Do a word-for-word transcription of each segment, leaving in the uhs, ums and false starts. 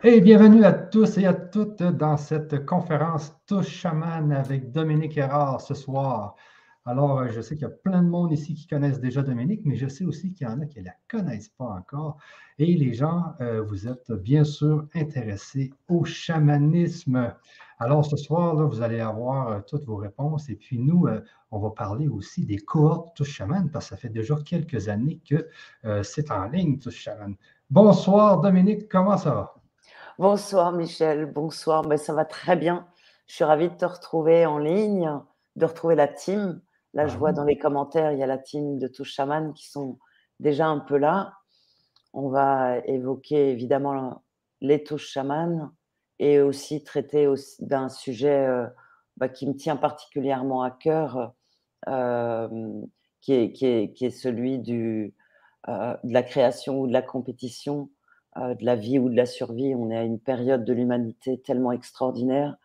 Et bienvenue à tous et à toutes dans cette conférence Touche Chaman avec Dominique Errard ce soir. Alors, euh, je sais qu'il y a plein de monde ici qui connaissent déjà Dominique, mais je sais aussi qu'il y en a qui ne la connaissent pas encore. Et les gens, euh, vous êtes bien sûr intéressés au chamanisme. Alors, ce soir, là, vous allez avoir euh, toutes vos réponses. Et puis, nous, euh, on va parler aussi des cohortes Touche Chaman, parce que ça fait déjà quelques années que euh, c'est en ligne, Touche Chaman. Bonsoir, Dominique, comment ça va? Bonsoir Michel, bonsoir, ben, ça va très bien. Je suis ravie de te retrouver en ligne, de retrouver la team. Là, je Ah vois oui. dans les commentaires, il y a la team de Touche Chaman qui sont déjà un peu là. On va évoquer évidemment les touches chamanes et aussi traiter aussi d'un sujet euh, bah, qui me tient particulièrement à cœur, euh, qui est, qui est, qui est celui du, euh, de la création ou de la compétition, euh, de la vie ou de la survie. On est à une période de l'humanité tellement extraordinaire,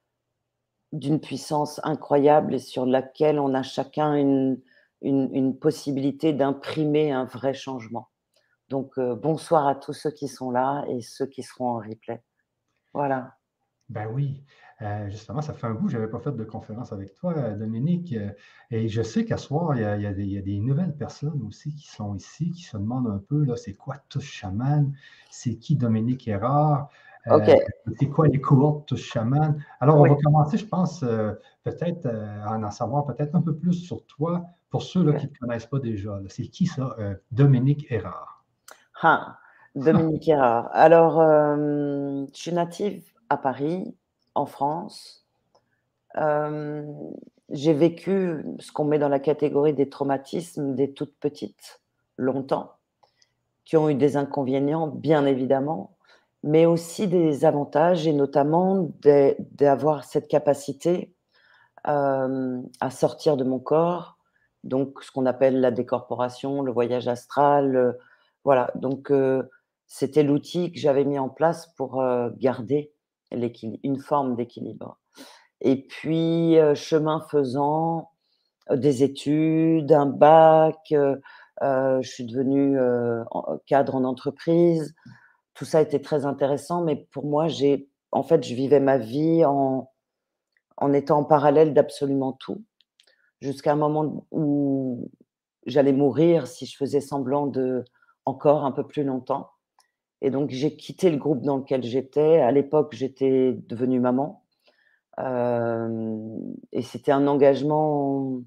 d'une puissance incroyable et sur laquelle on a chacun une, une, une possibilité d'imprimer un vrai changement. Donc, euh, bonsoir à tous ceux qui sont là et ceux qui seront en replay. Voilà. Ben oui, Euh, justement, ça fait un bout que je n'avais pas fait de conférence avec toi, euh, Dominique. euh, Et je sais qu'à ce soir, il y a, il y a des, il y a des nouvelles personnes aussi qui sont ici, qui se demandent un peu, là, c'est quoi Touche Chaman? C'est qui Dominique Errard? Ok. Euh, c'est quoi les cohortes Touche Chaman? Alors, on Oui. va commencer, je pense, euh, peut-être euh, à en savoir peut-être un peu plus sur toi, pour ceux là, qui ne te connaissent pas déjà. là. C'est qui ça, euh, Dominique Errard? Ah, Dominique Erard. Alors, euh, je suis native à Paris, en France. Euh, j'ai vécu ce qu'on met dans la catégorie des traumatismes des toutes petites, longtemps, qui ont eu des inconvénients, bien évidemment, mais aussi des avantages, et notamment de- d'avoir cette capacité euh, à sortir de mon corps, donc ce qu'on appelle la décorporation, le voyage astral. euh, voilà, donc euh, c'était l'outil que j'avais mis en place pour euh, garder l'équili- une forme d'équilibre. Et puis, euh, chemin faisant, euh, des études, un bac, euh, euh, je suis devenue euh, en- cadre en entreprise. Tout ça était très intéressant, mais pour moi, j'ai, en fait, je vivais ma vie en, en étant en parallèle d'absolument tout, jusqu'à un moment où j'allais mourir si je faisais semblant de encore un peu plus longtemps. Et donc, j'ai quitté le groupe dans lequel j'étais. À l'époque, j'étais devenue maman. Euh, et c'était un engagement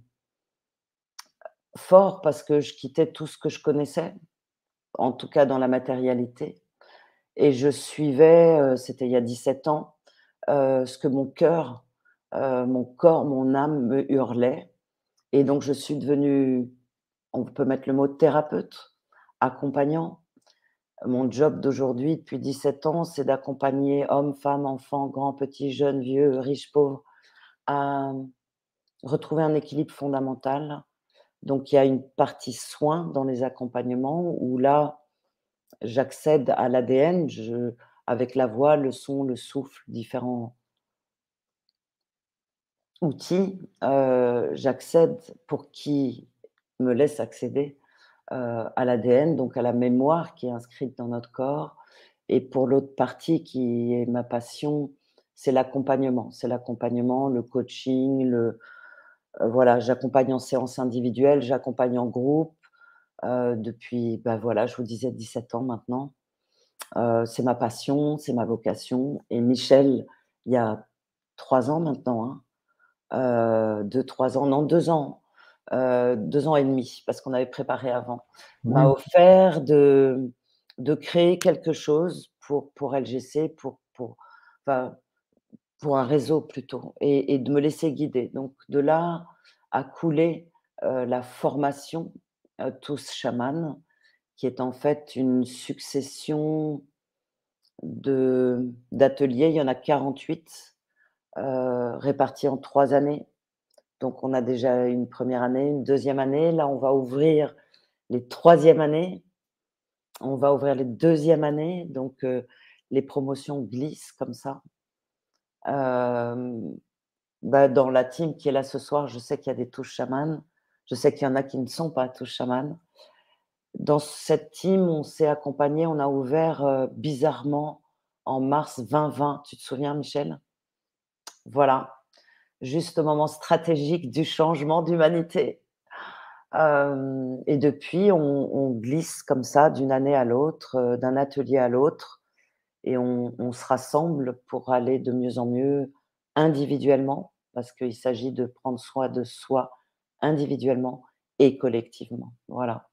fort parce que je quittais tout ce que je connaissais, en tout cas dans la matérialité. Et je suivais, euh, c'était il y a dix-sept ans, euh, ce que mon cœur, euh, mon corps, mon âme me hurlait. Et donc, je suis devenue, on peut mettre le mot thérapeute, accompagnant. Mon job d'aujourd'hui, depuis dix-sept ans, c'est d'accompagner hommes, femmes, enfants, grands, petits, jeunes, vieux, riches, pauvres, à retrouver un équilibre fondamental. Donc, il y a une partie soin dans les accompagnements où là, j'accède à l'A D N, je, avec la voix, le son, le souffle, différents outils, euh, j'accède pour qui me laisse accéder euh, à l'A D N, donc à la mémoire qui est inscrite dans notre corps. Et pour l'autre partie qui est ma passion, c'est l'accompagnement. C'est l'accompagnement, le coaching, le, euh, voilà, j'accompagne en séance individuelle, j'accompagne en groupe euh, depuis, bah voilà, je vous disais dix-sept ans maintenant. Euh, c'est ma passion, c'est ma vocation. Et Michel, il y a trois ans maintenant, hein, euh, deux, trois ans, non, deux ans, euh, deux ans et demi, parce qu'on avait préparé avant, m'a Oui. offert de, de créer quelque chose pour, pour L G C, pour, pour, enfin, pour un réseau plutôt, et, et de me laisser guider. Donc de là a coulé euh, la formation euh, Tous Chamans, qui est en fait une succession de, d'ateliers. Il y en a quarante-huit euh, répartis en trois années. Donc, on a déjà une première année, une deuxième année. Là, on va ouvrir les troisième années. On va ouvrir les deuxième années. Donc, euh, les promotions glissent comme ça. Euh, bah, dans la team qui est là ce soir, je sais qu'il y a des touches chamanes. Je sais qu'il y en a qui ne sont pas touches chamanes. Dans cette team, on s'est accompagné. On a ouvert euh, bizarrement en mars vingt vingt. Tu te souviens, Michel? Voilà, juste au moment stratégique du changement d'humanité. Hem et depuis, on on glisse comme ça d'une année à l'autre, heu, d'un atelier à l'autre et on on se rassemble pour aller de mieux en mieux individuellement, parce qu'il s'agit de prendre soin de soi individuellement et collectivement. Voilà.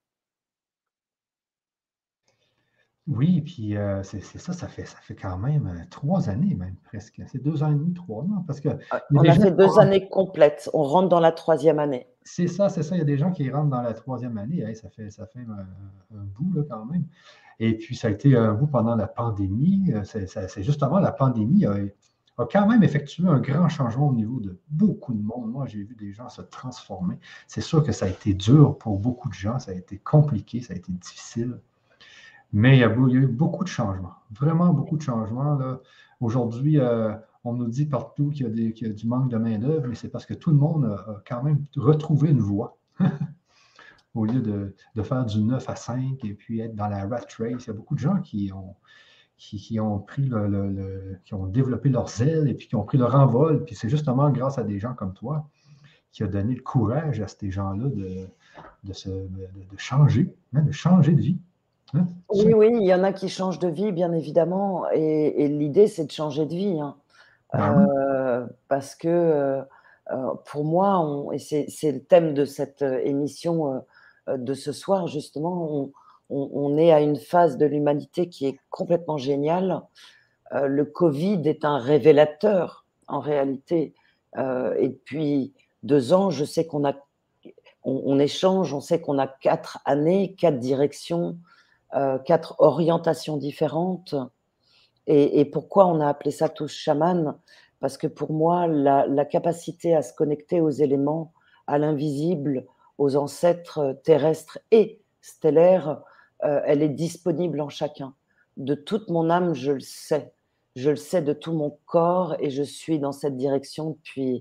Oui, puis heu, c'est c'est ça, ça fait ça fait quand même, heu, trois années même presque. C'est deux ans et demi, trois ans parce qu'il Heu, y a on des a gens fait qui vont deux rentrer années complètes. On rentre dans la troisième année. c'est ça, c'est ça, il y a des gens qui rentrent dans la troisième année. Hey, ça fait ça fait un un bout là quand même et puis ça a été un bout pendant la pandémie, heu, c'est ça c'est justement la pandémie a a quand même effectué un grand changement au niveau de beaucoup de monde. Moi, j'ai vu des gens se transformer. C'est sûr que ça a été dur pour beaucoup de gens, ça a été compliqué, ça a été difficile. Mais il y a, beau- il y a eu beaucoup de changements, vraiment beaucoup de changements, là. Aujourd'hui, euh, on nous dit partout qu'il y a, des- qu'il y a du manque de main-d'œuvre, mais c'est parce que tout le monde a, a quand même retrouvé une voie. Au lieu de, de faire du neuf à cinq et puis être dans la rat race, il y a beaucoup de gens qui ont, qui, qui ont pris le, le- le- qui ont développé leurs ailes et puis qui ont pris leur envol. Puis c'est justement grâce à des gens comme toi qui a donné le courage à ces gens-là de, de, se- de- de changer, hein, de changer de vie. Hein. Ça, Oui, oui, il y en a qui changent de vie, bien évidemment, et et l'idée, c'est de changer de vie, hein. ben oui. Heu, parce que, heu heu, pour moi, on et c'est c'est le thème de cette, heu, émission, heu heu, de ce soir, justement, on on on est à une phase de l'humanité qui est complètement géniale. Heu, le covid est un révélateur, en réalité, heu et depuis deux ans, je sais qu'on a on on échange, on sait qu'on a quatre années, quatre directions, heu, quatre orientations différentes. Et et pourquoi on a appelé ça tous chamans? Parce que pour moi, la la capacité à se connecter aux éléments, à l'invisible, aux ancêtres terrestres et stellaires, heu, elle est disponible en chacun. De toute mon âme, je le sais. Je le sais de tout mon corps et je suis dans cette direction depuis,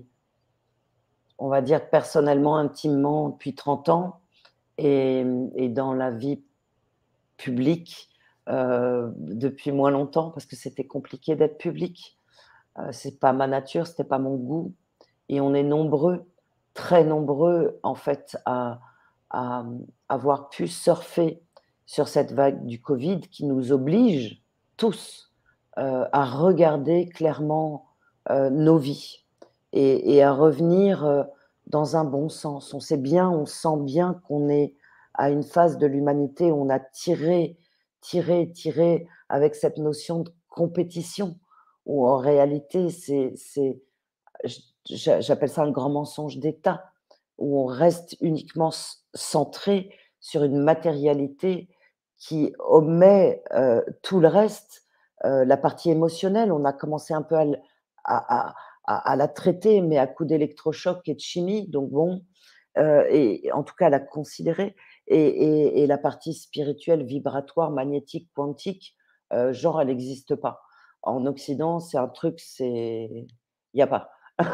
on va dire personnellement, intimement, depuis trente ans et mmh et dans la vie publique, heu, depuis moins longtemps parce que c'était compliqué d'être public. Heu, c'est pas ma nature, c'était pas mon goût et on est nombreux, très nombreux en fait à à, mmh, avoir pu surfer sur cette vague du covid qui nous oblige tous, heu, à regarder clairement, heu, nos vies et et à revenir, heu, dans un bon sens. On sait bien, on sent bien qu'on est à une phase de l'humanité où on a tiré, tiré, tiré avec cette notion de compétition où en réalité c'est c'est j j'a j'appelle ça un grand mensonge d'État, où on reste uniquement c centré sur une matérialité qui omet, heu, tout le reste, heu, la partie émotionnelle. On a commencé un peu à l à à à à la traiter, mais à coups d'électrochocs et de chimie, donc bon, heu et en tout cas à la considérer et et et la partie spirituelle, vibratoire, magnétique, quantique, heu, genre elle existe pas. En Occident, c'est un truc, c'est il y a pas.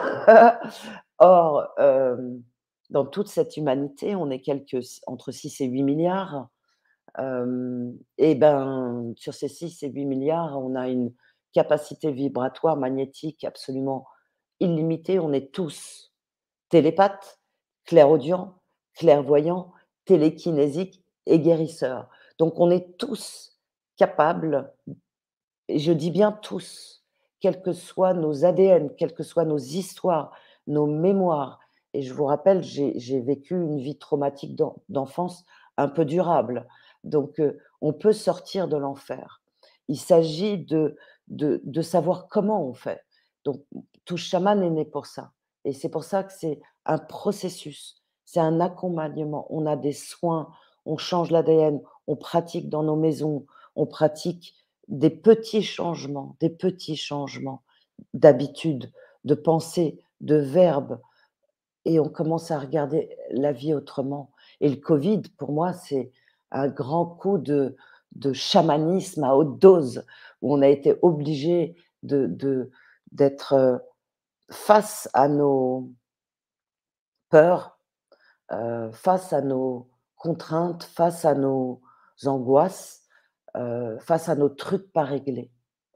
Or, hem, dans toute cette humanité, on est quelques entre six et huit milliards. Hem et ben, sur ces six et huit milliards, on a une capacité vibratoire magnétique absolument illimitée. On est tous télépathes, clairaudients, clairvoyants, télékinésiques et guérisseurs. Donc on est tous capables, et je dis bien tous, quels que soient nos A D N, quelles que soient nos histoires, nos mémoires. Et je vous rappelle, j'ai j'ai vécu une vie traumatique d'en d'enfance un peu durable. Donc, heu, on peut sortir de l'enfer. Il s'agit de de de savoir comment on fait. Donc, Touche Chaman est né pour ça. Et c'est pour ça que c'est un processus, c'est un accompagnement. On a des soins, on change l'A D N, on pratique dans nos maisons, on pratique des petits changements, des petits changements d'habitude, de pensée, de verbe et on commence à regarder la vie autrement et le covid, pour moi, c'est un grand coup de de chamanisme à haute dose, où on a été obligé de de d'être, heu, face à nos peurs, heu, face à nos contraintes, face à nos angoisses, heu, face à nos trucs pas réglés.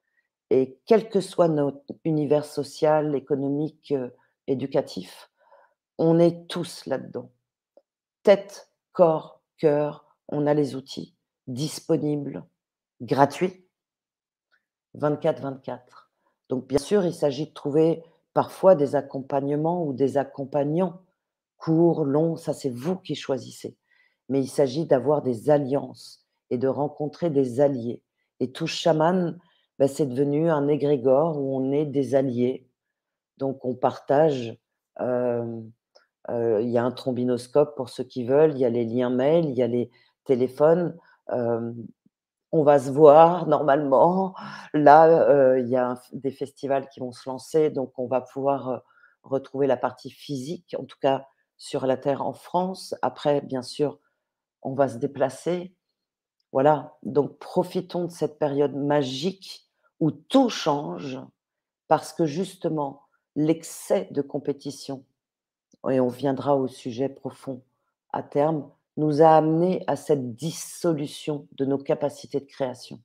et quel que soit notre univers social, économique, heu, éducatif, on est tous là-dedans. Tête, corps, cœur, on a les outils disponibles, gratuits, vingt-quatre vingt-quatre. Donc bien sûr, il s'agit de trouver parfois des accompagnements ou des accompagnants, courts, longs, ça c'est vous qui choisissez. Mais il s'agit d'avoir des alliances et de rencontrer des alliés. Et Touche Chaman, bah, c'est devenu un égrégore où on est des alliés. Donc on partage, hem, heu, il y a un trombinoscope pour ceux qui veulent, il y a les liens mail, il y a les téléphones, hem on va se voir normalement. Là, heu, il y a un f des festivals qui vont se lancer, donc on va pouvoir, heu, retrouver la partie physique, en tout cas sur la terre en France. Après, bien sûr, on va se déplacer. Voilà, donc profitons de cette période magique où tout change parce que justement l'excès de compétition, et on viendra au sujet profond à terme, nous a amenés à cette dissolution de nos capacités de création.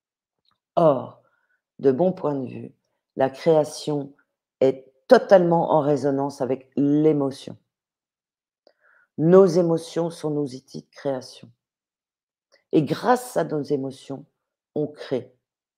Or, de mon point de vue, la création est totalement en résonance avec l'émotion. Nos émotions sont nos outils de création et grâce à nos émotions, on crée.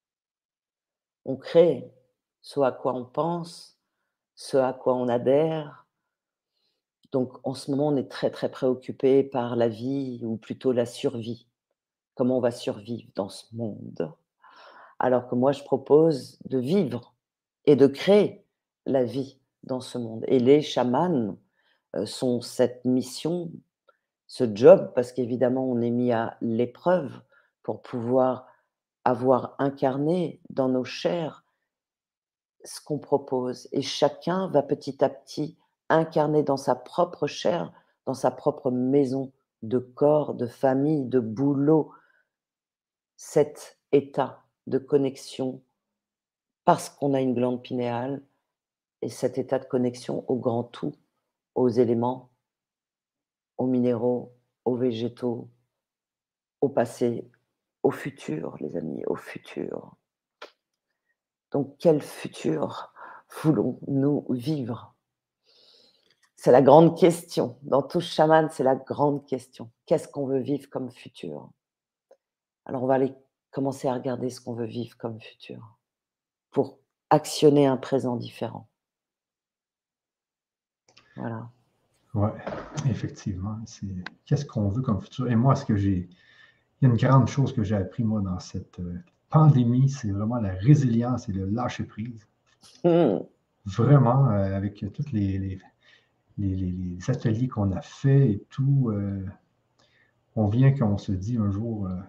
On crée ce à quoi on pense, ce à quoi on adhère. Donc en ce moment, on est très, très préoccupé par la vie ou plutôt la survie. Comment on va survivre dans ce monde? Alors que moi, je propose de vivre et de créer la vie dans ce monde. Et les chamans, heu, sont cette mission, ce job, parce qu'évidemment, on est mis à l'épreuve pour pouvoir avoir incarné dans nos chairs ce qu'on propose. Et chacun va petit à petit incarner dans sa propre chair, dans sa propre maison de corps, de famille, de boulot, cet état de connexion parce qu'on a une glande pinéale et cet état de connexion au grand tout, aux éléments, aux minéraux, aux végétaux, au passé, au futur, les amis, au futur. Donc quel futur voulons-nous vivre? C'est la grande question. Dans Touche Chaman, c'est la grande question. Qu'est-ce qu'on veut vivre comme futur? Alors on va aller commencer à regarder ce qu'on veut vivre comme futur pour actionner un présent différent. Voilà. Ouais, effectivement. C'est qu'est-ce qu'on veut comme futur? Et moi, ce que j'ai, il y a une grande chose que j'ai appris, moi, dans cette euh, pandémie, c'est vraiment la résilience et le lâcher-prise. Mmh. Vraiment, euh, avec tous les, les, les, les- les ateliers qu'on a faits et tout, euh, on vient qu'on se dit un jour, euh,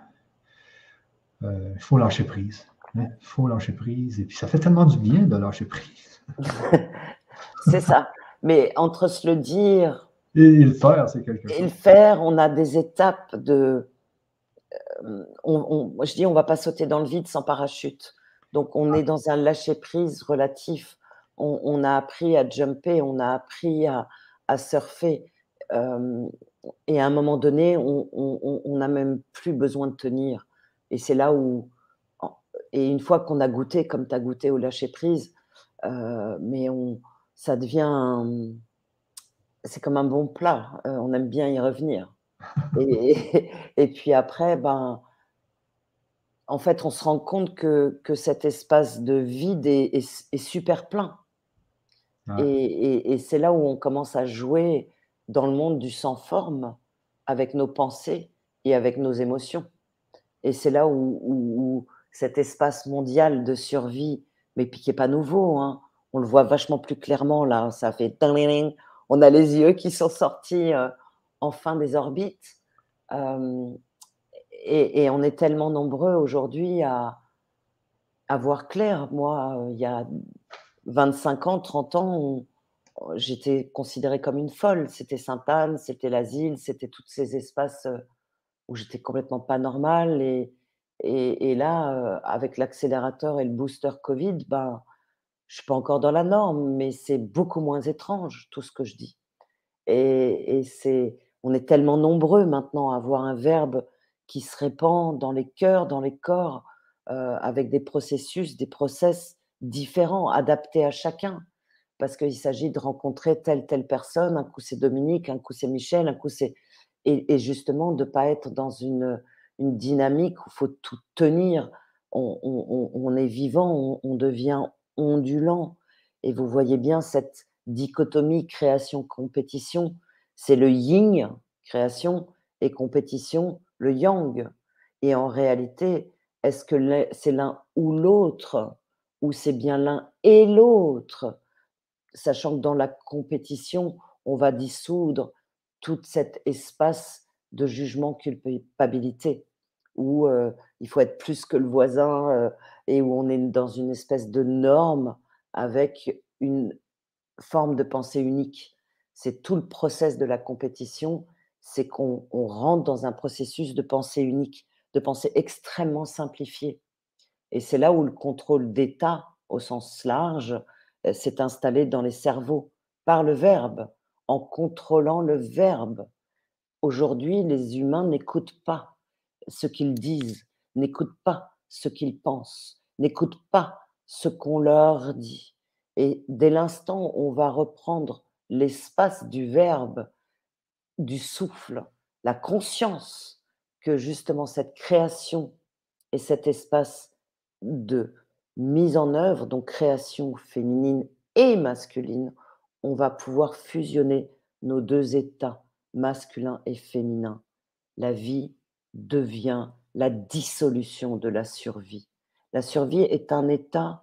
euh, il faut lâcher prise. Hein, il faut lâcher prise. Et puis, ça fait tellement du bien de lâcher prise. C'est ça. Mais entre se le dire Et le faire, c'est quelque et le chose. faire, on a des étapes de, hem, on on moi je dis: «On va pas sauter dans le vide sans parachute». Donc on est dans un lâcher prise relatif. On on a appris à jumper, on a appris à à surfer, hem et à un moment donné, on on on on n'a même plus besoin de tenir et c'est là où en et une fois qu'on a goûté comme tu as goûté au lâcher prise, heu, mais on ça devient un c'est comme un bon plat, heu, on aime bien y revenir et et puis après, ben, en fait, on se rend compte que que cet espace de vide est est s est super plein et Ouais. et et c'est là où on commence à jouer dans le monde du sans forme avec nos pensées et avec nos émotions et c'est là où où où cet espace mondial de survie, mais puis qui est pas nouveau, hein, on le voit vachement plus clairement là, ça fait ding, on a les yeux qui sont sortis, heu, enfin des orbites, hem et et on est tellement nombreux aujourd'hui à à voir clair. Moi, heu, il y a vingt-cinq ans, trente ans, on j'étais considérée comme une folle. C'était Sainte-Anne, c'était l'asile, c'était tous ces espaces, heu, où j'étais complètement pas normale et et et là, heu, avec l'accélérateur et le booster covid, ben, je suis pas encore dans la norme, mais c'est beaucoup moins étrange tout ce que je dis et et c'est on est tellement nombreux maintenant à avoir un verbe qui se répand dans les cœurs, dans les corps. heu, avec des processus, des process différents, adaptés à chacun. Parce qu'il s'agit de rencontrer telle, telle personne, un coup c'est Dominique, un coup c'est Michel, un coup c'est et et justement de pas être dans une, une dynamique où il faut tout tenir. On on on on est vivant, on on devient ondulant et vous voyez bien cette dichotomie création-compétition. C'est le yin, création, et compétition, le yang. Et en réalité, est-ce que l'un c'est l'un ou l'autre? Ou c'est bien l'un et l'autre? Sachant que dans la compétition, on va dissoudre tout cet espace de jugement, culpabilité, où, heu, il faut être plus que le voisin, heu et où on est dans une espèce de norme avec une forme de pensée unique. C'est tout le process de la compétition, c'est qu'on on rentre dans un processus de pensée unique, de pensée extrêmement simplifiée. Et c'est là où le contrôle d'État, au sens large, heu, s'est installé dans les cerveaux, par le verbe, en contrôlant le verbe. Aujourd'hui, les humains n'écoutent pas ce qu'ils disent, n'écoutent pas ce qu'ils pensent, n'écoutent pas ce qu'on leur dit. Et dès l'instant où on va reprendre l'espace du verbe, du souffle, la conscience que justement cette création et cet espace de mise en œuvre, donc création féminine et masculine, on va pouvoir fusionner nos deux états, masculin et féminin. La vie devient la dissolution de la survie. La survie est un état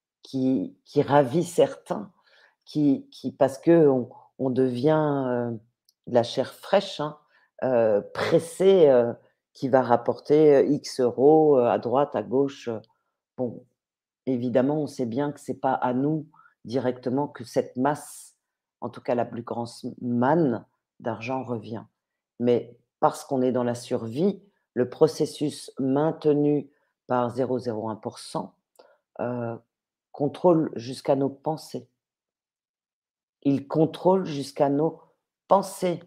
qui qui ravit certains, qui qui parce qu'on on devient, heu, de la chair fraîche, hein, heu, pressée, heu, qui va rapporter, heu, X euros, heu, à droite, à gauche, heu. Bon, évidemment, on sait bien que c'est pas à nous directement que cette masse, en tout cas la plus grosse manne d'argent revient. Mais parce qu'on est dans la survie, le processus maintenu par zéro virgule zéro un pour cent, heu, contrôle jusqu'à nos pensées. Il contrôle jusqu'à nos pensées.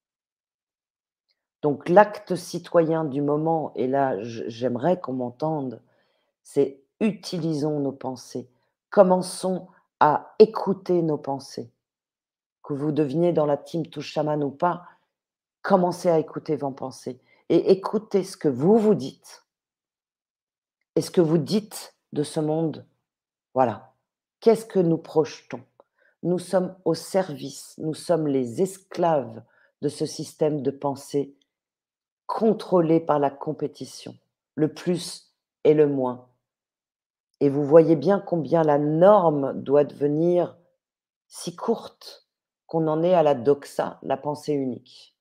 Donc l'acte citoyen du moment, et là je j'aimerais qu'on m'entende, c'est utilisons nos pensées. Commençons à écouter nos pensées. Que vous deveniez dans la team Touche Chaman ou pas, commencez à écouter vos pensées et écoutez ce que vous vous dites et ce que vous dites de ce monde. Voilà. Qu'est-ce que nous projetons? Nous sommes au service, nous sommes les esclaves de ce système de pensée contrôlé par la compétition, le plus et le moins. Et vous voyez bien combien la norme doit devenir si courte qu'on en est à la doxa, la pensée unique.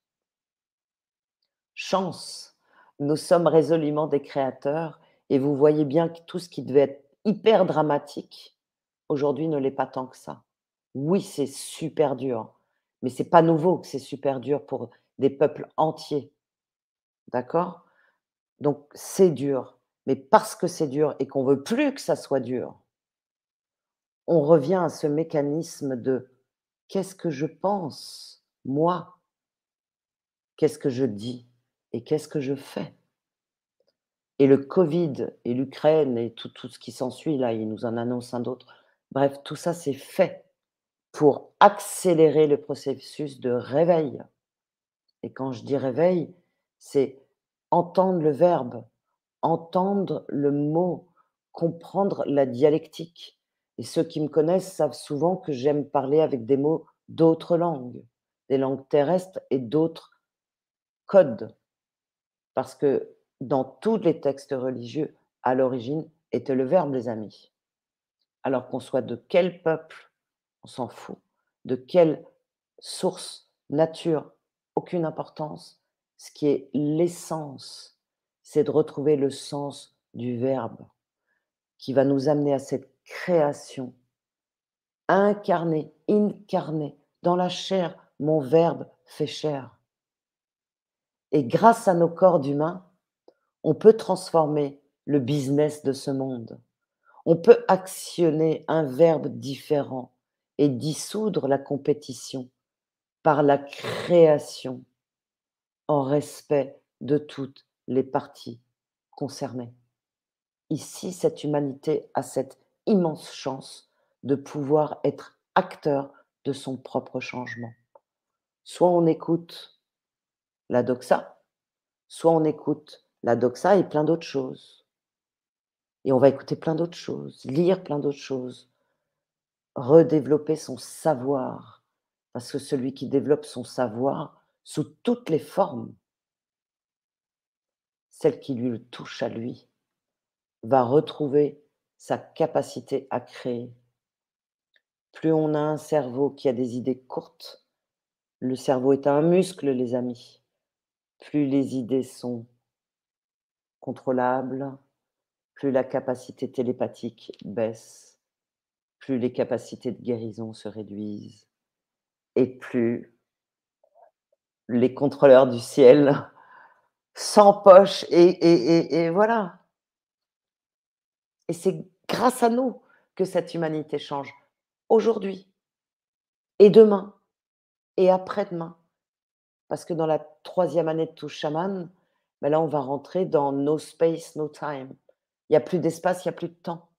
Chance, nous sommes résolument des créateurs et vous voyez bien que tout ce qui devait être hyper dramatique, aujourd'hui ne l'est pas tant que ça. Oui, c'est super dur, mais c'est pas nouveau que c'est super dur pour des peuples entiers, d'accord? Donc c'est dur, mais parce que c'est dur et qu'on veut plus que ça soit dur, on revient à ce mécanisme de: «Qu'est-ce que je pense, moi? Qu'est-ce que je dis et qu'est-ce que je fais?» Et le covid et l'Ukraine et tout tout ce qui s'ensuit là, il nous en annonce un autre. Bref, tout ça, c'est fait pour accélérer le processus de réveil. Et quand je dis réveil, c'est entendre le verbe, entendre le mot, comprendre la dialectique. Et ceux qui me connaissent savent souvent que j'aime parler avec des mots d'autres langues, des langues terrestres et d'autres codes. Parce que dans tous les textes religieux, à l'origine, était le verbe, les amis. Alors qu'on soit de quel peuple, on s'en fout. De quelle source, nature, aucune importance. Ce qui est l'essence, c'est de retrouver le sens du verbe qui va nous amener à cette création incarnée, incarnée, dans la chair, mon verbe fait chair. Et grâce à nos corps d'humains, on peut transformer le business de ce monde. On peut actionner un verbe différent et dissoudre la compétition par la création en respect de toutes les parties concernées. ici, cette humanité a cette immense chance de pouvoir être acteur de son propre changement. Soit on écoute la doxa, soit on écoute la doxa et plein d'autres choses. Et on va écouter plein d'autres choses, lire plein d'autres choses, redévelopper son savoir. Parce que celui qui développe son savoir sous toutes les formes, celle qui lui le touche à lui, va retrouver sa capacité à créer. Plus on a un cerveau qui a des idées courtes, le cerveau est un muscle, les amis. Plus les idées sont contrôlables, plus la capacité télépathique baisse, plus les capacités de guérison se réduisent et plus les contrôleurs du ciel s'empochent et, et, et, et voilà. Et c'est grâce à nous que cette humanité change aujourd'hui et demain et après-demain. Parce que dans la troisième année de Touche Chaman, ben là, on va rentrer dans no space, no time. Il n'y a plus d'espace, il n'y a plus de temps.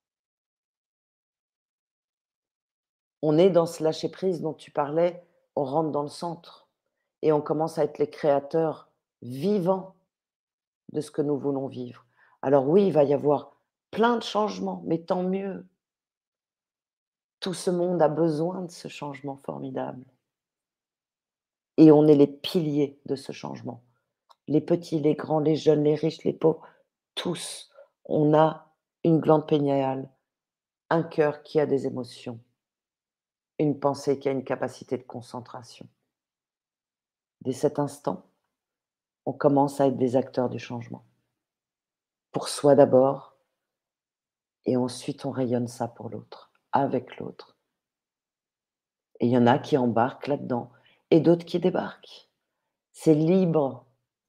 On est dans ce lâcher-prise dont tu parlais, on rentre dans le centre et on commence à être les créateurs vivants de ce que nous voulons vivre. Alors oui, il va y avoir plein de changements, mais tant mieux. Tout ce monde a besoin de ce changement formidable. Et on est les piliers de ce changement. Les petits, les grands, les jeunes, les riches, les pauvres, tous, on a une glande pénéale, un cœur qui a des émotions, une pensée qui a une capacité de concentration. Dès cet instant, on commence à être des acteurs du changement. Pour soi d'abord, et ensuite on rayonne ça pour l'autre, avec l'autre. Et il y en a qui embarquent là-dedans, et d'autres qui débarquent. C'est libre.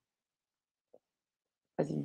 Vas-y.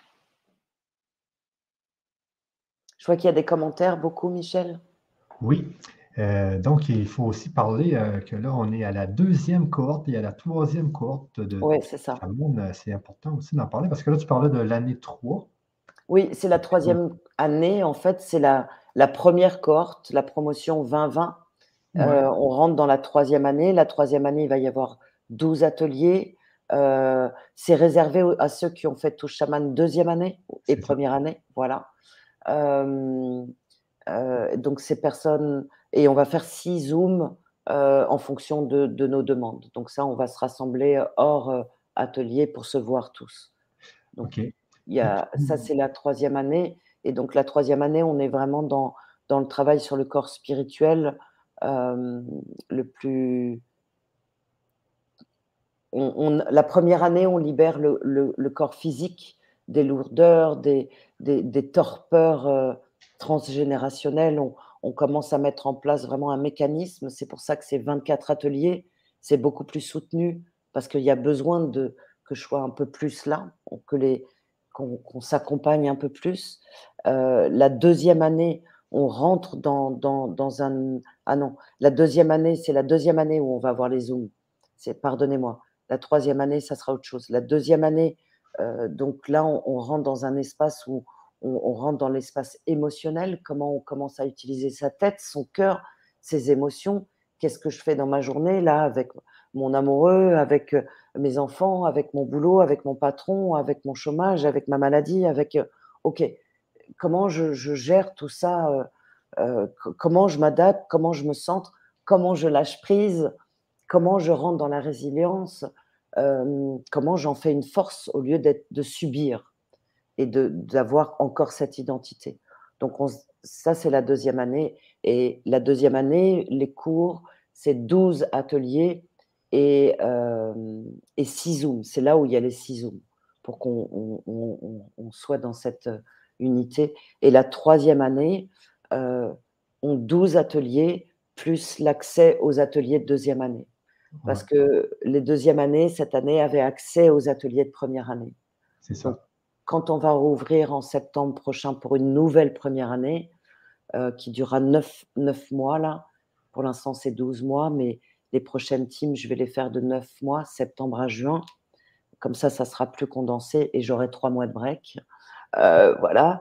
Je vois qu'il y a des commentaires, beaucoup, Michel. Oui. Euh, donc, il faut aussi parler euh, que là, on est à la deuxième cohorte et à la troisième cohorte de Oui, c'est ça. Chaman. C'est important aussi d'en parler parce que là, tu parlais de l'année trois. Oui, c'est la troisième année. En fait, c'est la, la première cohorte, la promotion vingt vingt. Ouais. Euh, on rentre dans la troisième année. La troisième année, il va y avoir douze ateliers. Euh, c'est réservé à ceux qui ont fait Touche Chaman deuxième année et C'est ça. première année. Voilà. Euh, euh, donc, ces personnes, et on va faire six Zooms euh, en fonction de, de nos demandes. Donc, ça, on va se rassembler hors euh, atelier pour se voir tous. Donc, OK. il y Et a, ça, puis, c'est la troisième année. Et donc, la troisième année, on est vraiment dans, dans le travail sur le corps spirituel euh, le plus. On, on, la première année, on libère le, le, le corps physique des lourdeurs, des, des, des torpeurs euh, transgénérationnelles. On, on commence à mettre en place vraiment un mécanisme. C'est pour ça que ces vingt-quatre ateliers, c'est beaucoup plus soutenu parce qu'il y a besoin de, que je sois un peu plus là, que les, qu'on, qu'on s'accompagne un peu plus. Euh, la deuxième année, on rentre dans, dans, dans un... Ah non, la deuxième année, c'est la deuxième année où on va voir les Zooms. C'est, pardonnez-moi. La troisième année, ça sera autre chose. La deuxième année, euh, donc là, on, on rentre dans un espace où on, on rentre dans l'espace émotionnel, comment on commence à utiliser sa tête, son cœur, ses émotions. Qu'est-ce que je fais dans ma journée, là, avec mon amoureux, avec euh, mes enfants, avec mon boulot, avec mon patron, avec mon chômage, avec ma maladie, avec... Euh, OK, comment je, je, gère tout ça euh, euh, comment je m'adapte, comment je me centre, comment je lâche prise, comment je rentre dans la résilience, euh, comment j'en fais une force au lieu d'être, de subir et de, d'avoir encore cette identité. Donc, on, ça, c'est la deuxième année. Et la deuxième année, les cours, c'est douze ateliers et, euh, et six Zooms. C'est là où il y a les six Zooms pour qu'on on, on, on soit dans cette unité. Et la troisième année, euh, ont douze ateliers plus l'accès aux ateliers de deuxième année. Parce ouais, que les deuxièmes années, cette année, avaient accès aux ateliers de première année. c'est Donc, ça. quand on va rouvrir en septembre prochain pour une nouvelle première année, euh, qui durera neuf mois, là, pour l'instant, c'est douze mois, mais les prochaines teams, je vais les faire de neuf mois, septembre à juin. Comme ça, ça sera plus condensé et j'aurai trois mois de break. Euh, voilà.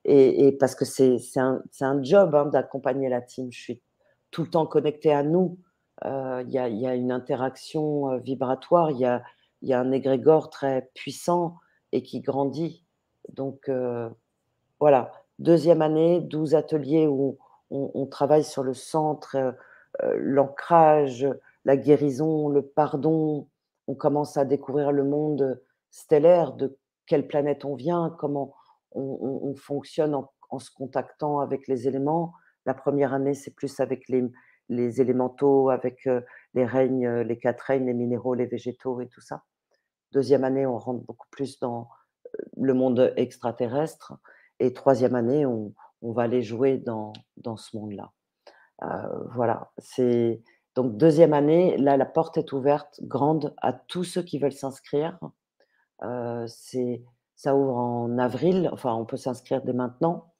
et, et parce que c'est un, un job hein, d'accompagner la team. Je suis tout le temps connectée à nous. Il euh, y, a, y a une interaction euh, vibratoire, il y a, y a un égrégore très puissant et qui grandit. Donc, euh, voilà. Deuxième année, douze ateliers où on, on travaille sur le centre, euh, euh, l'ancrage, la guérison, le pardon. On commence à découvrir le monde stellaire, de quelle planète on vient, comment on, on, on fonctionne en, en se contactant avec les éléments. La première année, c'est plus avec les, les élémentaux, avec euh, les règnes, euh, les quatre règnes, les minéraux, les végétaux et tout ça. Deuxième année, on rentre beaucoup plus dans le monde extraterrestre. Et troisième année, on, on va aller jouer dans, dans ce monde-là. Euh, voilà. C'est donc deuxième année, là, la porte est ouverte, grande, à tous ceux qui veulent s'inscrire. Euh, c'est, ça ouvre en avril, enfin, on peut s'inscrire dès maintenant.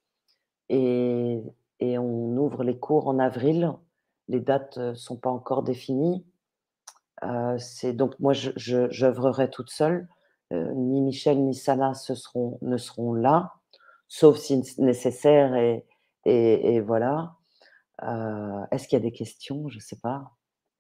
Et, et on ouvre les cours en avril. Les dates ne sont pas encore définies. Euh, c'est donc moi, je, je, j'œuvrerai toute seule. Euh, ni Michel ni Sana ce seront, ne seront là, sauf si nécessaire. Et, et, et voilà. Euh, Est-ce qu'il y a des questions? Je ne sais pas.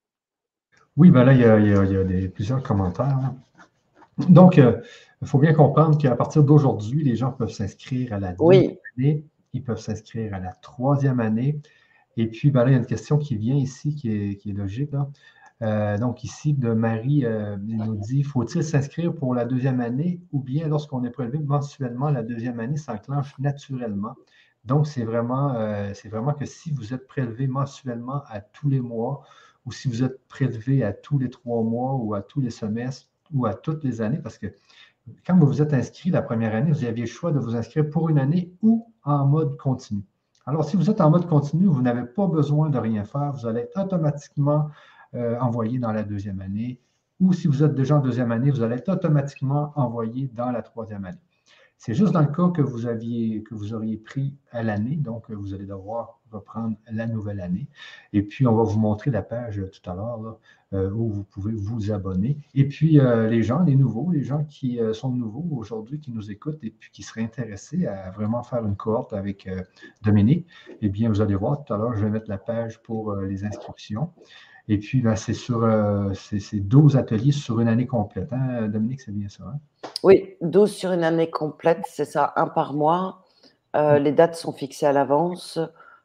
Oui, ben là, il y a, il y a, il y a des, plusieurs commentaires. Là. Donc, il euh, faut bien comprendre qu'à partir d'aujourd'hui, les gens peuvent s'inscrire à la deuxième Oui. année, ils peuvent s'inscrire à la troisième année. Et puis, ben là, il y a une question qui vient ici, qui est, qui est logique. Là. Euh, donc, ici, de Marie, euh, il nous dit, faut-il s'inscrire pour la deuxième année ou bien lorsqu'on est prélevé mensuellement, la deuxième année s'enclenche naturellement? Donc, c'est vraiment, euh, c'est vraiment que si vous êtes prélevé mensuellement à tous les mois ou si vous êtes prélevé à tous les trois mois ou à tous les semestres ou à toutes les années, parce que quand vous vous êtes inscrit la première année, vous aviez le choix de vous inscrire pour une année ou en mode continu. Alors, si vous êtes en mode continu, vous n'avez pas besoin de rien faire. Vous allez être automatiquement euh, envoyé dans la deuxième année. Ou si vous êtes déjà en deuxième année, vous allez être automatiquement envoyé dans la troisième année. C'est juste dans le cas que vous, aviez, que vous auriez pris à l'année, donc vous allez devoir reprendre la nouvelle année. Et puis, on va vous montrer la page tout à l'heure euh, où vous pouvez vous abonner. Et puis, euh, les gens, les nouveaux, les gens qui euh, sont nouveaux aujourd'hui, qui nous écoutent et puis qui seraient intéressés à vraiment faire une cohorte avec euh, Dominique, eh bien, vous allez voir tout à l'heure, je vais mettre la page pour euh, les inscriptions. Et puis, ben, c'est sur euh, c'est douze ateliers sur une année complète. Hein, Dominique, c'est bien ça? Hein? Oui, douze sur une année complète, c'est ça, un par mois. Euh, les dates sont fixées à l'avance.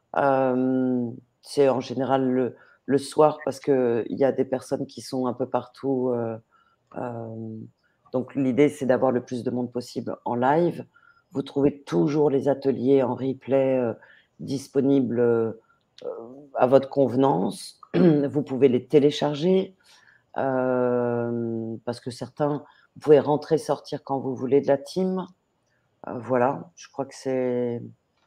Euh, c'est en général le, le soir parce qu'il y a des personnes qui sont un peu partout. Euh, euh, donc, l'idée, c'est d'avoir le plus de monde possible en live. Vous trouvez toujours les ateliers en replay euh, disponibles euh, à votre convenance. Vous pouvez les télécharger euh, parce que certains, vous pouvez rentrer, sortir quand vous voulez de la team. Euh, voilà, je crois que c'est...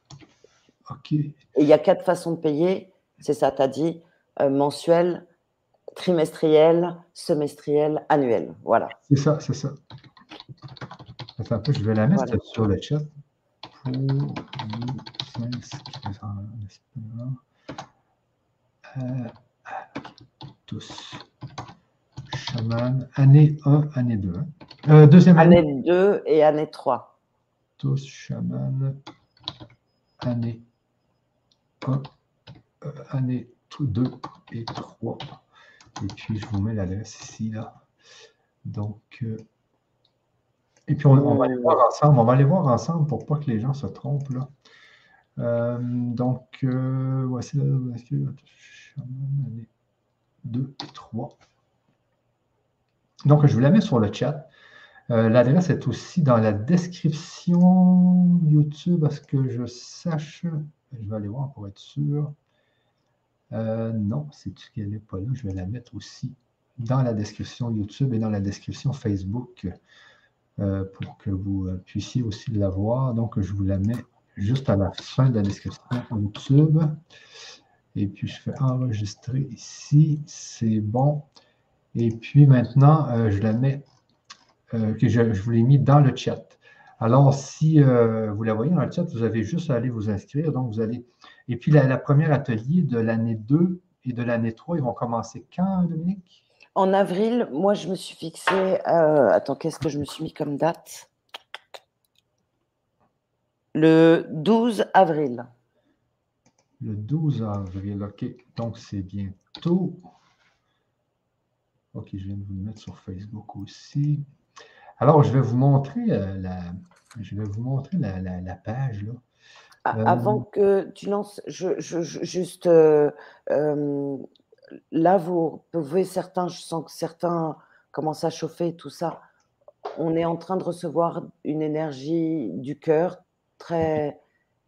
OK. Et il y a quatre façons de payer, c'est ça, tu as dit, euh, mensuel, trimestriel, semestriel, annuel. Voilà. C'est ça, c'est ça. Attends un peu, je vais la mettre voilà. sur le chat. Pour vous s'inscrire euh, tous. Chaman, année un, année deux. Hein. Euh, deuxième année. Année deux et année trois. Tous chaman, année un, euh, année deux et trois. Et puis, je vous mets l'adresse ici, là. Donc, euh, et puis, on, on va aller voir ensemble. On va aller voir ensemble pour pas que les gens se trompent, là. Euh, donc, euh, voici l'adresse. Année deux et trois. Donc, je vous la mets sur le chat. Euh, L'adresse est aussi dans la description YouTube, à ce que je sache. Je vais aller voir pour être sûr. Euh, non, c'est qu'elle n'est pas là. Je vais la mettre aussi dans la description YouTube et dans la description Facebook euh, pour que vous euh, puissiez aussi la voir. Donc, je vous la mets juste à la fin de la description YouTube. Et puis, je fais enregistrer ici. C'est bon. Et puis, maintenant, euh, je la mets, euh, que je, je vous l'ai mis dans le chat. Alors, si euh, vous la voyez dans le chat, vous avez juste à aller vous inscrire. Donc, vous allez... Et puis, la, la première atelier de l'année deux et de l'année trois, ils vont commencer quand, Dominique? En avril, moi, je me suis fixé... Euh, attends, qu'est-ce que je me suis mis comme date? Le douze avril. Le douze avril, OK. Donc, c'est bientôt. OK, je viens de vous le mettre sur Facebook aussi. Alors, je vais vous montrer euh, la, je vais vous montrer la, la, la page, là. Euh, Avant que tu lances, je, je, je- juste euh, euh, là, vous pouvez, certains, je sens que certains commencent à chauffer, tout ça. On est en train de recevoir une énergie du cœur très